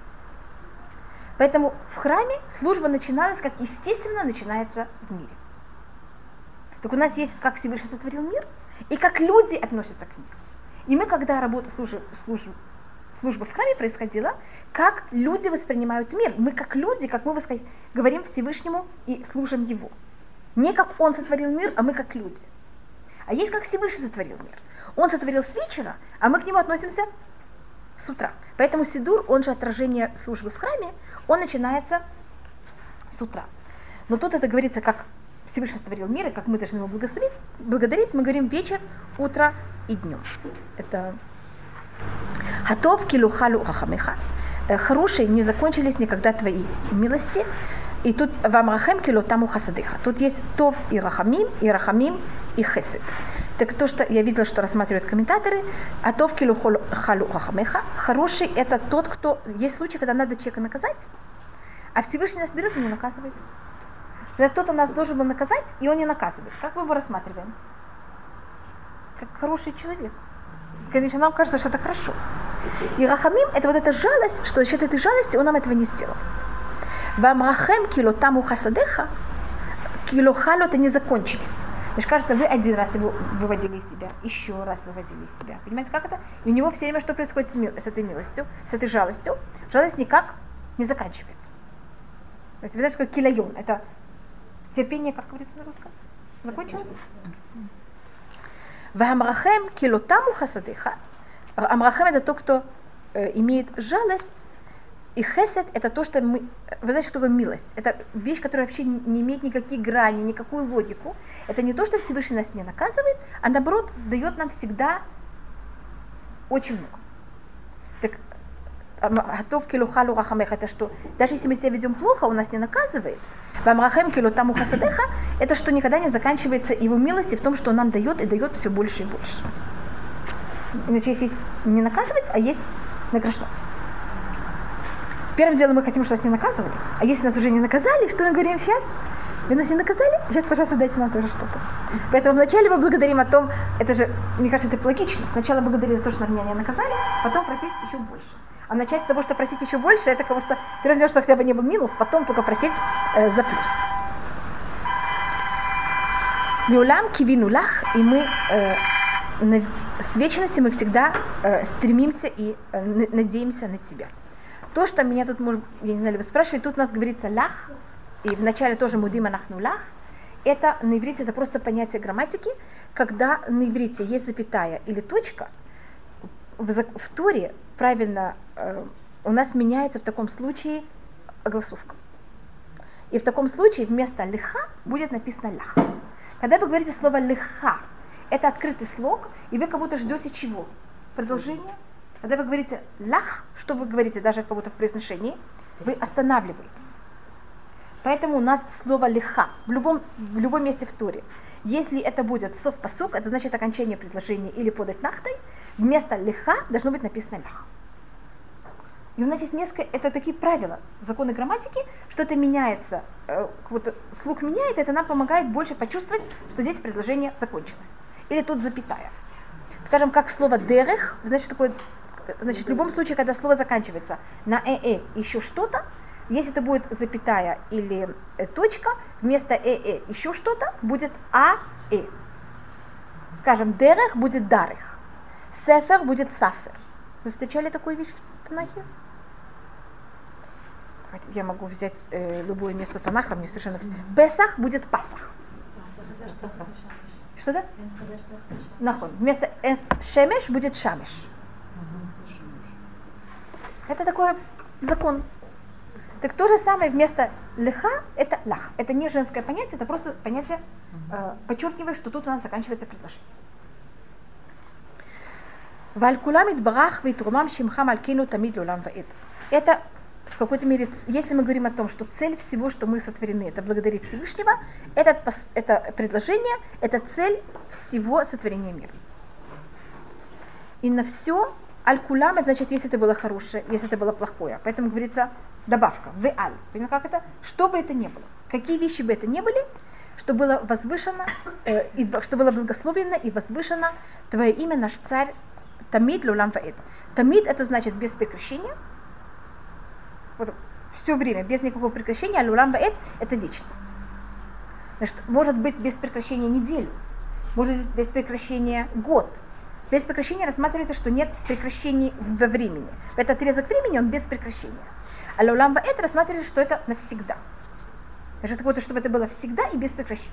Поэтому в храме служба начиналась, как естественно начинается в мире. Так у нас есть, как Всевышний сотворил мир, и как люди относятся к миру. И мы, когда служба в храме происходила, как люди воспринимают мир. Мы как люди, как мы говорим Всевышнему и служим Его. Не как Он сотворил мир, а мы как люди. А есть как Всевышний сотворил мир. Он сотворил с вечера, а мы к нему относимся с утра. Поэтому сидур, он же отражение службы в храме, он начинается с утра. Но тут это говорится, как Всевышний сотворил мир, и как мы должны его благодарить, мы говорим вечер, утро и днем. Это Хатов килухалу рахамеха. Хорошие не закончились никогда твои милости. И тут вамрахем кило таму хасадыха. Тут есть тов и рахамим, и хесед. Так то, что я видела, что рассматривают комментаторы, атов килухалу рахамеха. Хороший это тот, кто... Есть случаи, когда надо человека наказать, а Всевышний нас берет и не наказывает. Когда кто-то нас должен был наказать, и он не наказывает. Как мы его рассматриваем? Как хороший человек. Конечно, нам кажется, что это хорошо. И рахамим это вот эта жалость, что за счет этой жалости он нам этого не сделал. Вамрахем кило таму хасадеха, кило халу это не закончились. Мне кажется, вы один раз его выводили из себя, еще раз выводили из себя. Понимаете, как это? И у него все время что происходит с этой милостью, с этой жалостью? Жалость никак не заканчивается. То есть, вы знаете, что такое килайон? Это терпение, как говорится на русском? Закончилось? Вамрахем кило таму хасадеха. Амрахем это тот, кто имеет жалость. И хесед это то, что мы... Вы знаете, что такое милость? Это вещь, которая вообще не имеет никаких граней, никакую логику. Это не то, что Всевышний нас не наказывает, а наоборот дает нам всегда очень много. Так, готов килухалу рахамеха, это что? Даже если мы себя ведем плохо, он нас не наказывает. Вамрахем килу таму хасадеха, это что никогда не заканчивается его милости в том, что он нам дает и дает все больше и больше. Иначе есть не наказывать, а есть награждаться. Первым делом мы хотим, чтобы нас не наказывали. А если нас уже не наказали, что мы говорим сейчас? Вы нас не наказали? Сейчас, пожалуйста, дайте нам тоже что-то. Поэтому вначале мы благодарим о том, это же, мне кажется, это логично. Сначала благодарили за то, что меня не наказали, потом просить еще больше. А начать с того, что просить еще больше, это как будто первым делом, что хотя бы не был минус, потом только просить за плюс. Миулам кивину лах, и мы с вечности мы всегда стремимся и надеемся на тебя. То, что меня тут, может, я не знаю, вы спрашивали, тут у нас говорится лах, и вначале тоже мудима нахну лах. Это на иврите это просто понятие грамматики, когда на иврите есть запятая или точка, в Торе правильно у нас меняется в таком случае огласовка. И в таком случае вместо лиха будет написано лях. Когда вы говорите слово лиха, это открытый слог, и вы как будто ждете чего? Продолжение. Когда вы говорите лях, что вы говорите даже как будто в произношении, вы останавливаетесь. Поэтому у нас слово лиха в любом месте в Торе. Если это будет сов пасук, это значит окончание предложения или подать нахтой, вместо лиха должно быть написано лях. И у нас есть несколько, это такие правила, законы грамматики, что это меняется, вот слух меняет, это нам помогает больше почувствовать, что здесь предложение закончилось. Или тут запятая. Скажем, как слово дерех, значит, такое, значит, в любом случае, когда слово заканчивается на еще что-то, если это будет запятая или точка, вместо еще что-то будет Скажем, дерех будет дарех, сефер будет сафер. Вы встречали такую вещь в Танахе? Я могу взять любое место Танаха, мне совершенно... Песах будет Пасах. Что да? Нахон. Вместо шемеш будет шамеш. Это такой закон. Так то же самое вместо лиха это лах. Это не женское понятие, это просто понятие, подчеркивая, что тут у нас заканчивается предложение. Это в какой-то мере, если мы говорим о том, что цель всего, что мы сотворены, это благодарить Всевышнего, это предложение, это цель всего сотворения мира. И на все аль-кулам, это значит, если это было хорошее, если это было плохое. Поэтому говорится добавка, в-аль. Понимаете, как это? Что бы это ни было, какие вещи бы это ни были, что было возвышено, что было благословено и возвышено Твое имя, наш царь, Тамид лулам ваэд. Тамид это значит без прекращения, вот, все время, без никакого прекращения, а лулам ваэд это вечность. Значит, может быть без прекращения неделю, может быть без прекращения год. Без прекращения рассматривается, что нет прекращений во времени. Этот отрезок времени, он без прекращения. А лулам ваэд рассматривается, что это навсегда. Значит, такое, чтобы это было всегда и без прекращения.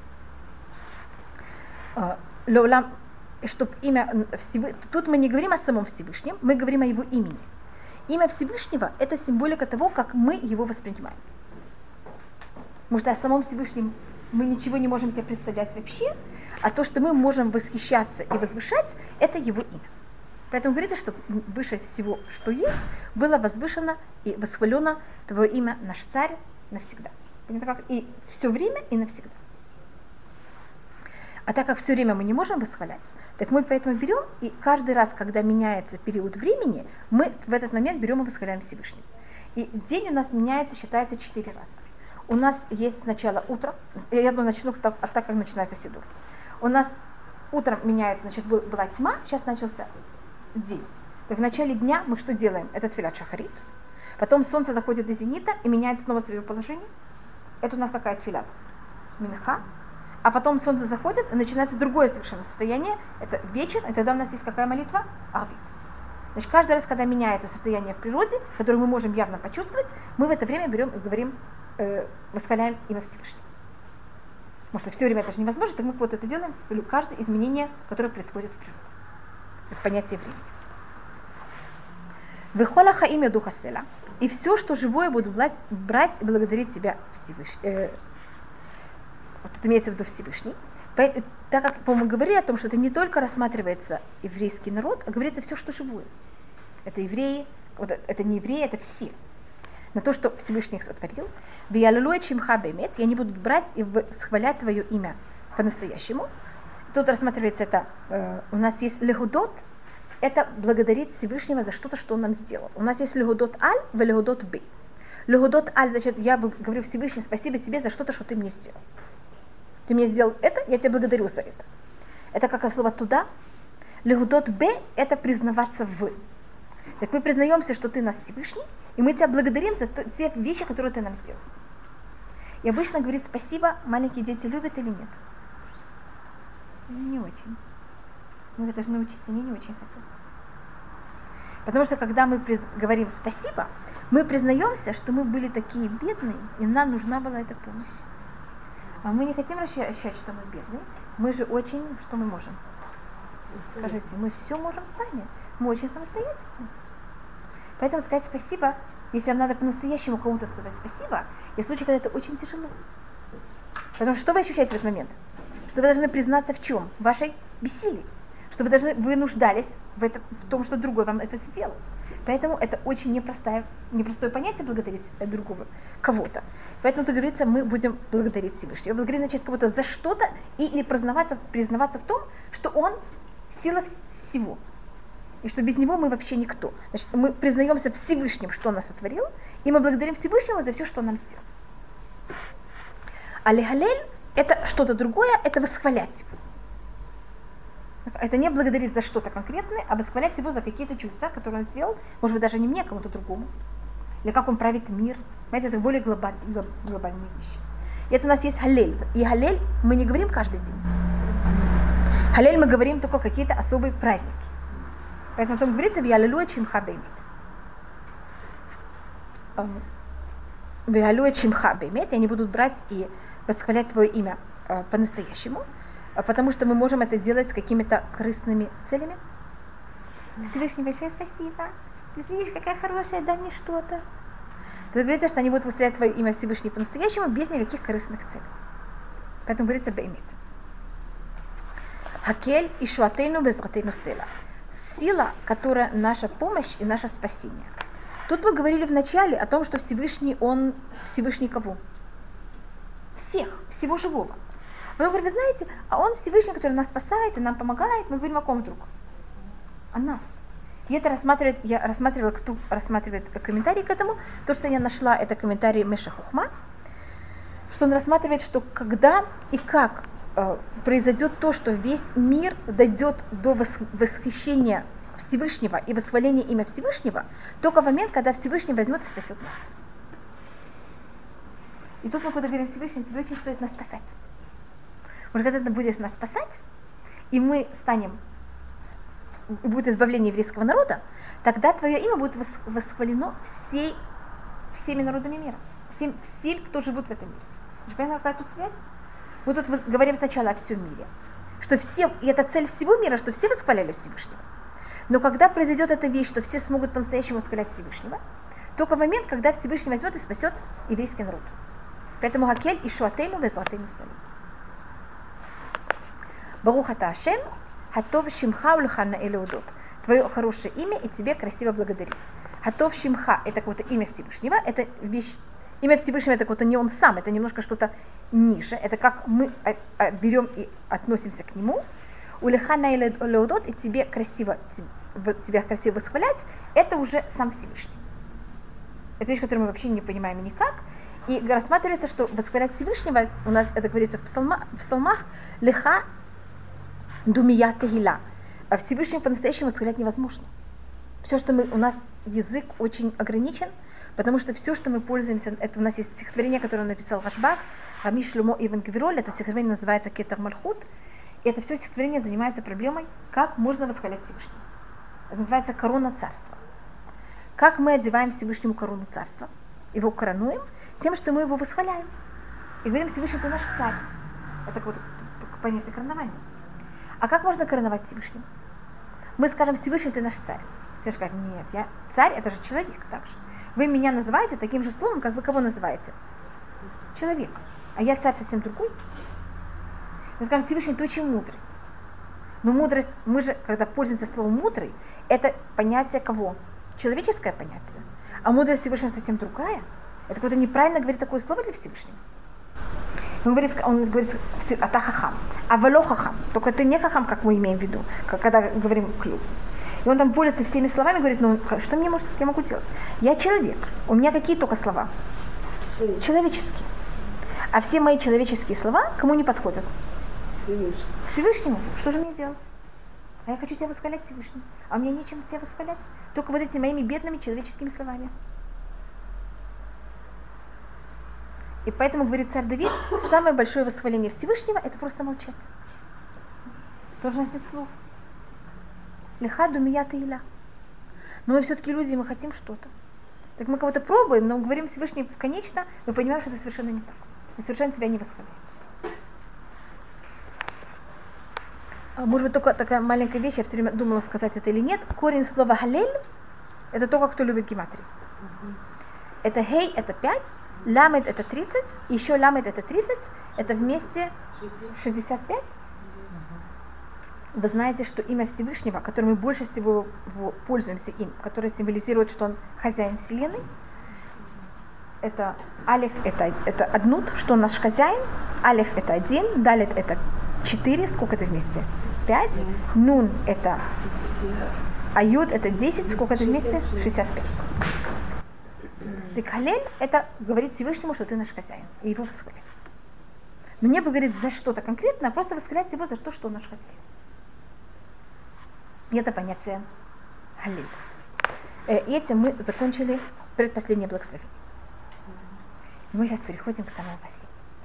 Лулам, чтобы имя тут мы не говорим о самом Всевышнем, мы говорим о его имени. Имя Всевышнего – это символика того, как мы его воспринимаем. Потому что о самом Всевышнем мы ничего не можем себе представлять вообще, а то, что мы можем восхищаться и возвышать, это его имя. Поэтому говорится, что выше всего, что есть, было возвышено и восхвалено Твое имя, наш царь, навсегда. И все время, и навсегда. А так как все время мы не можем восхвалять, так мы поэтому берем, и каждый раз, когда меняется период времени, мы в этот момент берем и восхваляем Всевышнего. И день у нас меняется, считается 4 раза. У нас есть сначала утро, я начну так, как начинается Сидур. У нас утром меняется, значит, была тьма, сейчас начался день. И в начале дня мы что делаем? Это тфилат шахарит. Потом солнце доходит до зенита и меняет снова свое положение. Это у нас какая тфилат? Минха. А потом солнце заходит, и начинается другое совершенно состояние. Это вечер, и тогда у нас есть какая молитва? Арвит. Значит, каждый раз, когда меняется состояние в природе, которое мы можем явно почувствовать, мы в это время берем и говорим, восхваляем имя Всевышнего. Потому что все время это же невозможно, так мы вот это делаем, каждое изменение, которое происходит в природе. Это понятие времени. Вехолаха имя духа села. И все, что живое, буду брать и благодарить тебя Всевышний. Вот тут имеется в виду Всевышний. Так как мы говорили о том, что это не только рассматривается еврейский народ, а говорится все, что живое. Это евреи, вот это не евреи, это все. На то, что Всевышний их сотворил. Виялулой чимха бемет, и они будут брать и восхвалять твое имя по-настоящему. Тут рассматривается это, у нас есть легудот, это благодарить Всевышнего за что-то, что он нам сделал. У нас есть легудот аль, в легудот б. Легудот аль, значит, я говорю Всевышний, спасибо тебе за что-то, что ты мне сделал. Ты мне сделал это, я тебя благодарю за это. Это как слово туда. Легудот б это признаваться в. Так мы признаемся, что ты нас Всевышний, и мы тебя благодарим за те вещи, которые ты нам сделал. И обычно говорит спасибо, маленькие дети любят или нет? Не очень. Мы должны учиться, они не очень хотят. Потому что когда мы говорим спасибо, мы признаемся, что мы были такие бедные, и нам нужна была эта помощь. А мы не хотим ощущать, что мы бедные. Мы же очень, что мы можем? Скажите, мы все можем сами. Мы очень самостоятельны. Поэтому сказать спасибо Если вам надо по-настоящему кому-то сказать спасибо, есть случаи, когда это очень тяжело. Потому что вы ощущаете в этот момент? Что вы должны признаться в чем? В вашей бессилии. Что вы нуждались в том, что другой вам это сделал. Поэтому это очень непростое понятие благодарить другого, кого-то. Поэтому, как говорится, мы будем благодарить Всевышнего. Благодарить значит кого-то за что-то или признаваться в том, что он сила всего. И что без него мы вообще никто. Значит, мы признаемся Всевышним, что он нас сотворил, и мы благодарим Всевышнего за все, что он нам сделал. А легалель – это что-то другое, это восхвалять его. Это не благодарить за что-то конкретное, а восхвалять его за какие-то чудеса, которые он сделал, может быть, даже не мне, а кому-то другому. Или как он правит мир. Понимаете, это более глобальные вещи. И это у нас есть халель. И халель мы не говорим каждый день. Халель мы говорим только какие-то особые праздники. Поэтому там говорится «В'ялелуя чимха беймет». «В'ялелуя чимха беймет». И они будут брать и восхвалять твое имя по-настоящему, потому что мы можем это делать с какими-то корыстными целями. Всевышний, большое спасибо. Ты видишь, какая хорошая, дай мне что-то. Тут говорится, что они будут восхвалять твое имя Всевышний по-настоящему без никаких корыстных целей. Поэтому говорится беймет. Хакель и шуатейну безратейну села. Сила, которая наша помощь и наше спасение. Тут мы говорили в начале о том, что Всевышний, он Всевышний кого? Всех, всего живого. Мы говорим, вы знаете, а он Всевышний, который нас спасает и нам помогает. Мы говорим о ком вдруг? О нас. И это рассматривает комментарий к этому. То, что я нашла, это комментарий Меша Хухма, что он рассматривает, что когда и как произойдет то, что весь мир дойдет до восхищения Всевышнего и восхваления имя Всевышнего, только в момент, когда Всевышний возьмет и спасет нас. И тут мы когда говорим Всевышний стоит нас спасать. Может, когда это будет нас спасать, и мы станем, и будет избавление еврейского народа, тогда твое имя будет восхвалено всеми народами мира, всем, кто живут в этом мире. Вы понимаете, какая тут связь? Мы тут говорим сначала о всем мире, что все, и это цель всего мира, что все восхваляли Всевышнего. Но когда произойдет эта вещь, что все смогут по-настоящему восхвалять Всевышнего, только в момент, когда Всевышний возьмет и спасет еврейский народ. Поэтому Хакель и Шуатейну безратейну салим. Барух ата Ашем, хатов шимха улхан наэлеудот. Твое хорошее имя, и тебе красиво благодарить. Хатов шимха – это какое-то имя Всевышнего, это вещь. Имя Всевышнего – это какое-то не он сам, это немножко что-то ниже. Это как мы берем и относимся к нему. Улхан наэлеудот, и тебя красиво восхвалять, это уже сам Всевышний. Это вещь, которую мы вообще не понимаем никак. И рассматривается, что восхвалять Всевышнего, у нас это говорится в псалмах, леха думия тегила. А Всевышнего по-настоящему восхвалять невозможно. Все, что у нас язык очень ограничен, потому что все, что мы пользуемся, это у нас есть стихотворение, которое он написал Рашбах, Рами Шломо Иван Гвироль, это стихотворение называется Кетер Мальхут, и это все стихотворение занимается проблемой, как можно восхвалять Всевышнего. Это называется корона царства. Как мы одеваем Всевышнему корону царства, его коронуем, тем, что мы его восхваляем. И говорим, Всевышний, ты наш царь. Это вот понятие коронования. А как можно короновать Всевышнего? Мы скажем, Всевышний, ты наш царь. Все скажут, нет, я царь, это же человек также. Вы меня называете таким же словом, как вы кого называете? Человек. А я царь совсем другой. Мы скажем, Всевышний, ты очень мудрый. Но мудрость, мы же, когда пользуемся словом мудрый, это понятие кого? Человеческое понятие. А мудрость Всевышнего совсем другая. Это какое-то неправильно говорить такое слово для Всевышнего. Он говорит ата хахам, а вело хахам. Только ты не хахам, как мы имеем в виду, когда говорим к людям. И он там пользуется всеми словами, говорит, ну что я могу делать? Я человек, у меня какие только слова? Человеческие. А все мои человеческие слова кому не подходят? Всевышнему. Что же мне делать? А я хочу тебя восхвалять, Всевышний. А у меня нечем тебя восхвалять. Только вот этими моими бедными человеческими словами. И поэтому, говорит царь Давид, самое большое восхваление Всевышнего – это просто молчать. Должность нет слов. Леха думия тейла. Но мы все-таки люди, мы хотим что-то. Так мы кого-то пробуем, но говорим Всевышний конечно, мы понимаем, что это совершенно не так. Мы совершенно тебя не восхваляем. Может быть, только такая маленькая вещь, я все время думала, сказать это или нет. Корень слова «халель» – это только кто любит гематрию. это гей это 5, ламед это 30, еще ламед это 30, это вместе 65. Вы знаете, что имя Всевышнего, которым мы больше всего пользуемся им, которое символизирует, что он хозяин Вселенной, это алеф это аднут, что он наш хозяин, алеф это 1, далет это 4, сколько это вместе? 5, нун это аюд это 10, сколько это вместе? 65. Так халель это говорит Всевышнему, что ты наш хозяин, и его восхвалять. Но не говорит за что-то конкретно, а просто восхвалять его за то, что он наш хозяин. И это понятие халель. И этим мы закончили предпоследнее благословение. Мы сейчас переходим к самому последнему.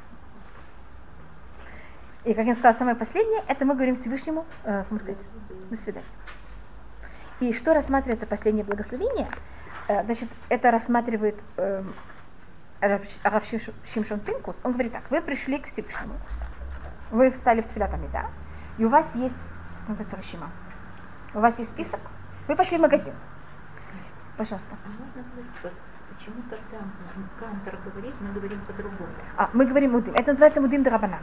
И, как я сказала, самое последнее, это мы говорим Всевышнему, до свидания. И что рассматривается последнее благословение? Значит, это рассматривает Рав Шимшон Пинкус. Он говорит так: вы пришли к Всевышнему, вы встали в тфилат амида, и у вас есть, у вас есть список, вы пошли в магазин. Пожалуйста. А можно сказать, почему когда Кантор говорит, мы говорим по-другому? Мы говорим мудим. Это называется мудим драбанан.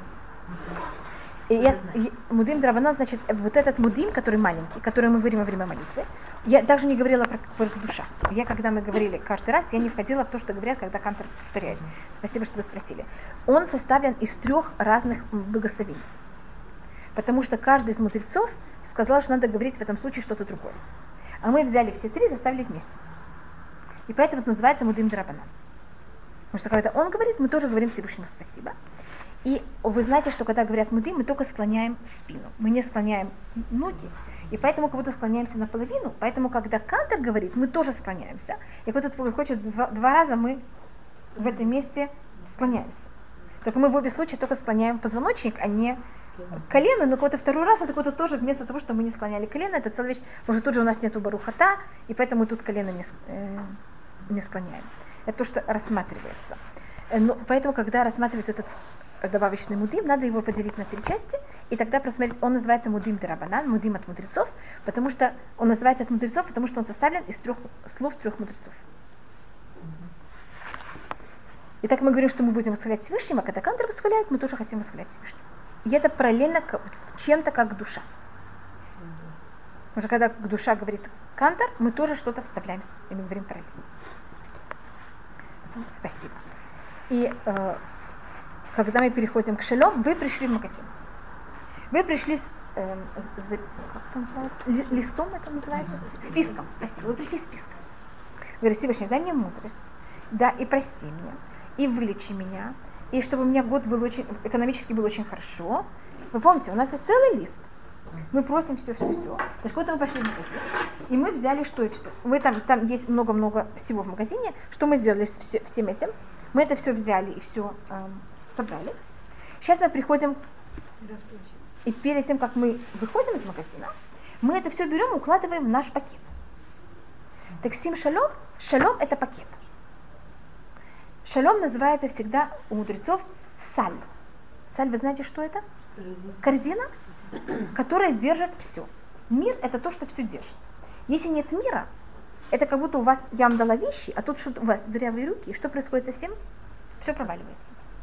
Мудим драбанан, значит, вот этот мудим, который маленький, который мы говорим во время молитвы. Я даже не говорила про душа. Когда мы говорили каждый раз, я не входила в то, что говорят, когда Кантор повторяет. Спасибо, что вы спросили. Он составлен из 3 разных благословений. Потому что каждый из мудрецов сказал, что надо говорить в этом случае что-то другое. А мы взяли все 3 и заставили вместе. И поэтому это называется мудим драбанан. Потому что когда он говорит, мы тоже говорим Всевышнему спасибо. И вы знаете, что когда говорят мудим, мы только склоняем спину. Мы не склоняем ноги. И поэтому как будто склоняемся наполовину. Поэтому, когда Кантор говорит, мы тоже склоняемся. И когда тут происходит 2 раза, мы в этом месте склоняемся. Только мы в обе случаи только склоняем позвоночник, а не колено. Но какой-то 2 раз, это какой-то тоже вместо того, что мы не склоняли колено, это целая вещь. Потому что тут же у нас нету барухата, и поэтому тут колено не склоняем. Это то, что рассматривается. Но поэтому, когда рассматривают этот добавочный мудим, надо его поделить на 3 части, и тогда просмотреть, он называется мудим драбанан, мудим от мудрецов, потому что он называется от мудрецов, потому что он составлен из 3 слов 3 мудрецов. Итак, мы говорим, что мы будем восхвалять Всевышнего, когда Кантор восхваляет, мы тоже хотим восхвалять Всевышнего. И это параллельно чем-то как душа. Потому что когда душа говорит Кантор, мы тоже что-то вставляем, и мы говорим параллельно. Спасибо. И когда мы переходим к шалом, вы пришли в магазин. Вы пришли с как это называется? Листом это называется? Списком. Спасибо. Вы пришли с списком. Говорите: Всевышний, дай мне мудрость, да, и прости меня, и вылечи меня, и чтобы у меня год был экономически был очень хорошо. Вы помните, у нас есть целый лист. Мы просим все. Значит, вот мы пошли в магазин, и мы взяли что это. Там есть много-много всего в магазине. Что мы сделали с всем этим? Мы это все взяли и все собрали. Сейчас мы приходим, и перед тем, как мы выходим из магазина, мы это все берем и укладываем в наш пакет. Так сим шалом, шалом это пакет. Шалом называется всегда у мудрецов саль. Саль, вы знаете, что это? Корзина, которая держит все. Мир это то, что все держит. Если нет мира, это как будто у вас, я вам дала вещи, а тут что у вас дырявые руки, и что происходит со всем? Все проваливается.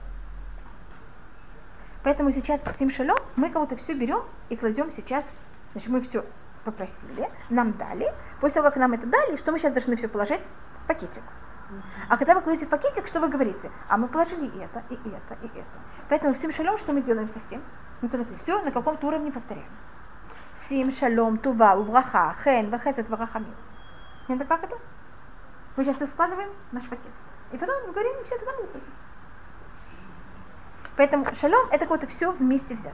Поэтому сейчас в сим шалом мы кого-то все берем и кладем сейчас. Значит, мы все попросили, нам дали. После того, как нам это дали, что мы сейчас должны все положить? В пакетик. А когда вы кладете в пакетик, что вы говорите? А мы положили и это, и это, и это. Поэтому в сим шалом что мы делаем совсем? Мы куда-то все на каком-то уровне повторяем. Сим шалом, тува, увраха, хен, вахесет, варахамин. Это как это? Мы сейчас все складываем в наш пакет. И потом говорим, все это нам выходит. Поэтому шалом это как-то все вместе взято.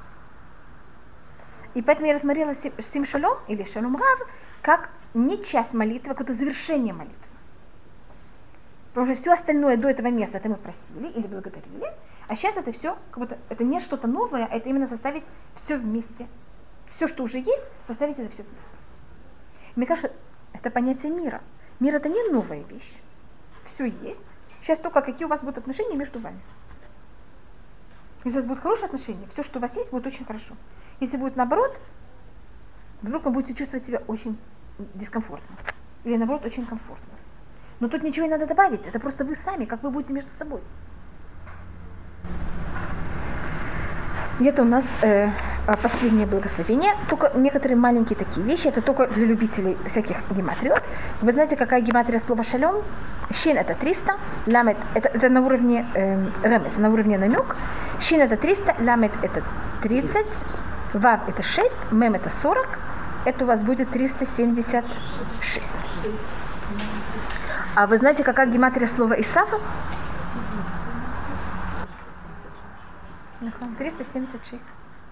И поэтому я рассмотрела сим шалом или шалом рав как не часть молитвы, а какое-то завершение молитвы. Потому что все остальное до этого места это мы просили или благодарили, а сейчас это все, как будто это не что-то новое, а это именно составить все вместе. Все, что уже есть, составить это все вместе. Мне кажется, это понятие мира. Мир это не новая вещь. Все есть. Сейчас только какие у вас будут отношения между вами. Если у вас будут хорошие отношения, все, что у вас есть, будет очень хорошо. Если будет наоборот, вдруг вы будете чувствовать себя очень дискомфортно. Или наоборот, очень комфортно. Но тут ничего не надо добавить, это просто вы сами, как вы будете между собой. И это у нас последнее благословение. Только некоторые маленькие такие вещи. Это только для любителей всяких гематриот. Вы знаете, какая гематрия слова шалом? Шин это 300, ламет это на уровне ремес, на уровне намек. Шин это 300, ламет это 30, вав это 6, мем это 40. Это у вас будет 376. А вы знаете, какая гематрия слова Исава? 376.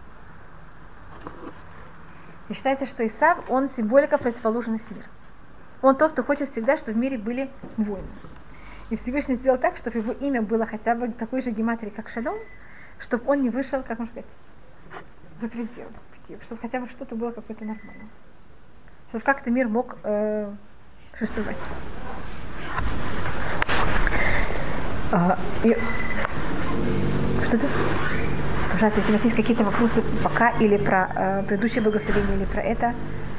И считается, что Исав, он символика противоположность мира. Он тот, кто хочет всегда, чтобы в мире были войны. И Всевышний сделал так, чтобы его имя было хотя бы такой же гематрии, как Шалом, чтобы он не вышел, как можно сказать, за пределы. Чтобы хотя бы что-то было какое-то нормальное. Чтобы как-то мир мог существовать. Что-то? Пожалуйста, если у вас есть какие-то вопросы пока или про предыдущее благословение, или про это,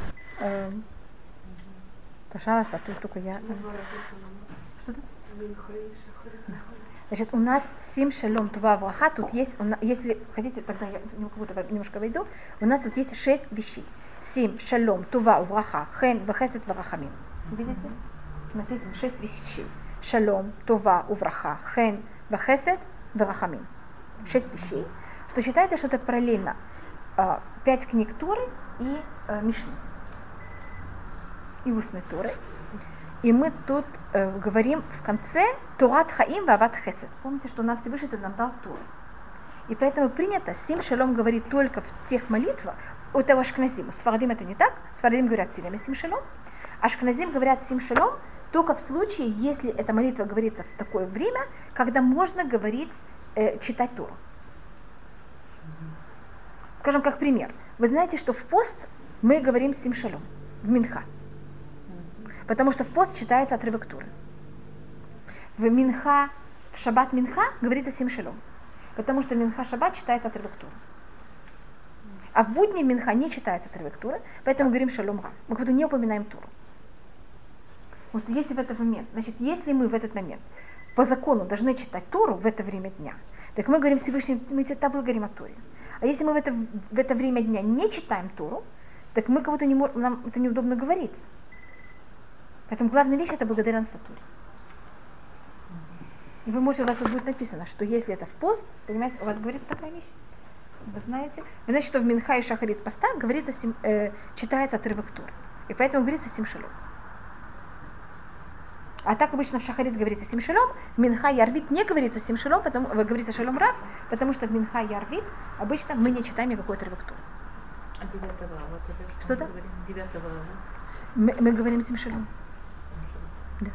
пожалуйста, а тут только я. Что-то? Значит, у нас сим шалом това враха, тут есть, если хотите, тогда я немножко войду, у нас тут есть 6 вещей. Сим шалом това враха, хен вахесет варахамим. Видите? У нас есть 6 вещей. Шалом, това, увраха, хен, вахесет, варахамим. 6 вещей. Что считается, что это параллельно 5 книг Торы и Мишны. И устной Торы. И мы тут говорим в конце Торат Хаим Вават Хесед. Помните, что нам Всевышний нам дал Тору. И поэтому принято Сим Шалом говорить только в тех молитвах. У того Ашкназим. У Сфарадим это не так. Сфарадим говорят Силем Сим Шалом. Ашкназим говорят Сим Шалом только в случае, если эта молитва говорится в такое время, когда можно говорить, читать Тору. Скажем, как пример. Вы знаете, что в пост мы говорим Сим Шалом, в Минха. Потому что в пост читается отрывок Торы. В Минха, в Шаббат Минха говорится Сим Шалом. Потому что в Минха Шаббат читается отрывок Торы. А в будни в Минха не читается отрывок Торы, поэтому говорим Шалом Рав. Мы как будто не упоминаем Тору. Потому что если в этот момент, значит, если мы в этот момент по закону должны читать Тору в это время дня, так мы говорим Всевышний, мы тебе благодарим о Торе. А если мы в это время дня не читаем Тору, так мы как будто не можем, нам это неудобно говорить. Поэтому главная вещь это благодарность Торе. И вы можете, у вас тут будет написано, что если это в пост, понимаете, у вас говорится такая вещь. Вы знаете, что в Минха и Шахарит поста говорится, читается отрывок Торы. И поэтому говорится Сим Шалом. А так обычно в Шахарит говорится Сим Шалом, в Минха и Арвит не говорится Сим Шалом, говорится Шалом Рав, потому что в Минха и Арвит обычно мы не читаем никакой отрывок Торы. А 9-го, вот это что-то? 9-го. Мы говорим Сим Шалом. Да.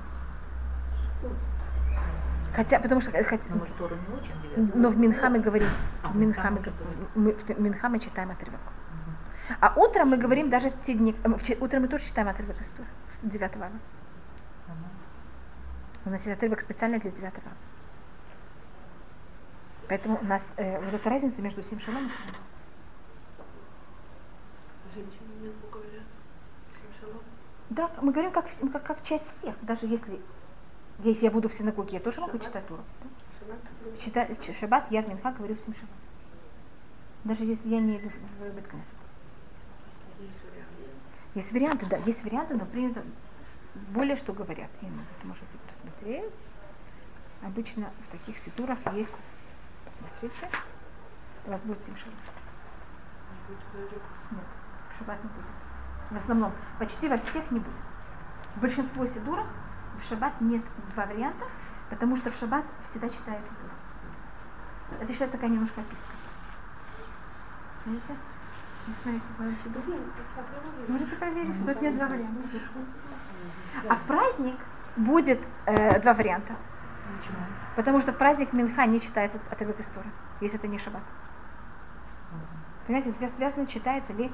Хотя, потому что... Ну, может, Тору не учим 9-го? Но в Минха мы говорим, в Минха мы читаем отрывок. А утром мы говорим даже в те дни, утром мы тоже читаем отрывок из Торы, 9-го. У нас есть отрывок специально для 9-го. Поэтому у нас вот эта разница между Сим Шалом и Шалом. Женщины не говорят Сим Шалом. Да, мы говорим как часть всех. Даже если я буду в синагоге, я тоже могу читать Тору. Да? Шаббат, я в Минха говорю Сим Шалом. Даже если я не в Бет-Кнесет. Есть варианты, да, есть варианты, но принято более что говорят. И вы можете просмотреть. Обычно в таких сидурах есть, посмотрите, у вас будет Сим Шалом. Нет, в Шаббат не будет. В основном, почти во всех не будет. В большинстве сидурах в Шаббат нет 2 варианта, потому что в Шаббат всегда читается Тора. Это считается такая немножко описка. Видите? Смотрите, сидур. Можете проверить, что тут нет 2 варианта. А в праздник будет 2 варианта. Почему? Потому что в праздник Минха не читается отрывок из Торы, если это не Шаббат. Понимаете, все связано, читается ли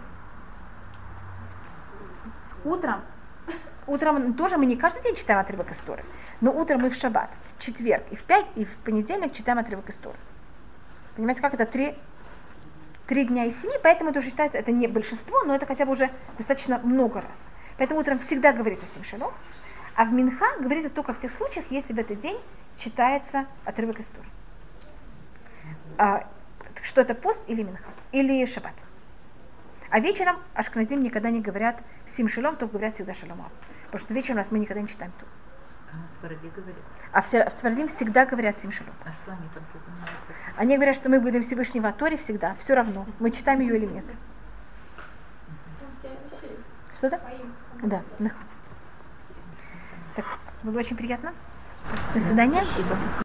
утром тоже мы не каждый день читаем отрывок из Торы, но утром мы в Шаббат, в четверг и в понедельник читаем отрывок из Торы. Понимаете, как это 3 дня из 7, поэтому это уже считается, это не большинство, но это хотя бы уже достаточно много раз. Поэтому утром всегда говорится Сим Шалом, А в Минха говорится только в тех случаях, если в этот день читается отрывок из Торы. Что это пост или Минха, или Шаббат. А вечером ашкназим никогда не говорят сим шалом, только говорят всегда шалом. Потому что вечером мы никогда не читаем Тору. А сфаради говорят. А в сфарадим всегда говорят сим шалом. А что они подразумевают? Они говорят, что мы будем Всевышнего о Торе всегда, все равно, мы читаем ее или нет. Что-то? Да. Так, было очень приятно. До свидания. Спасибо.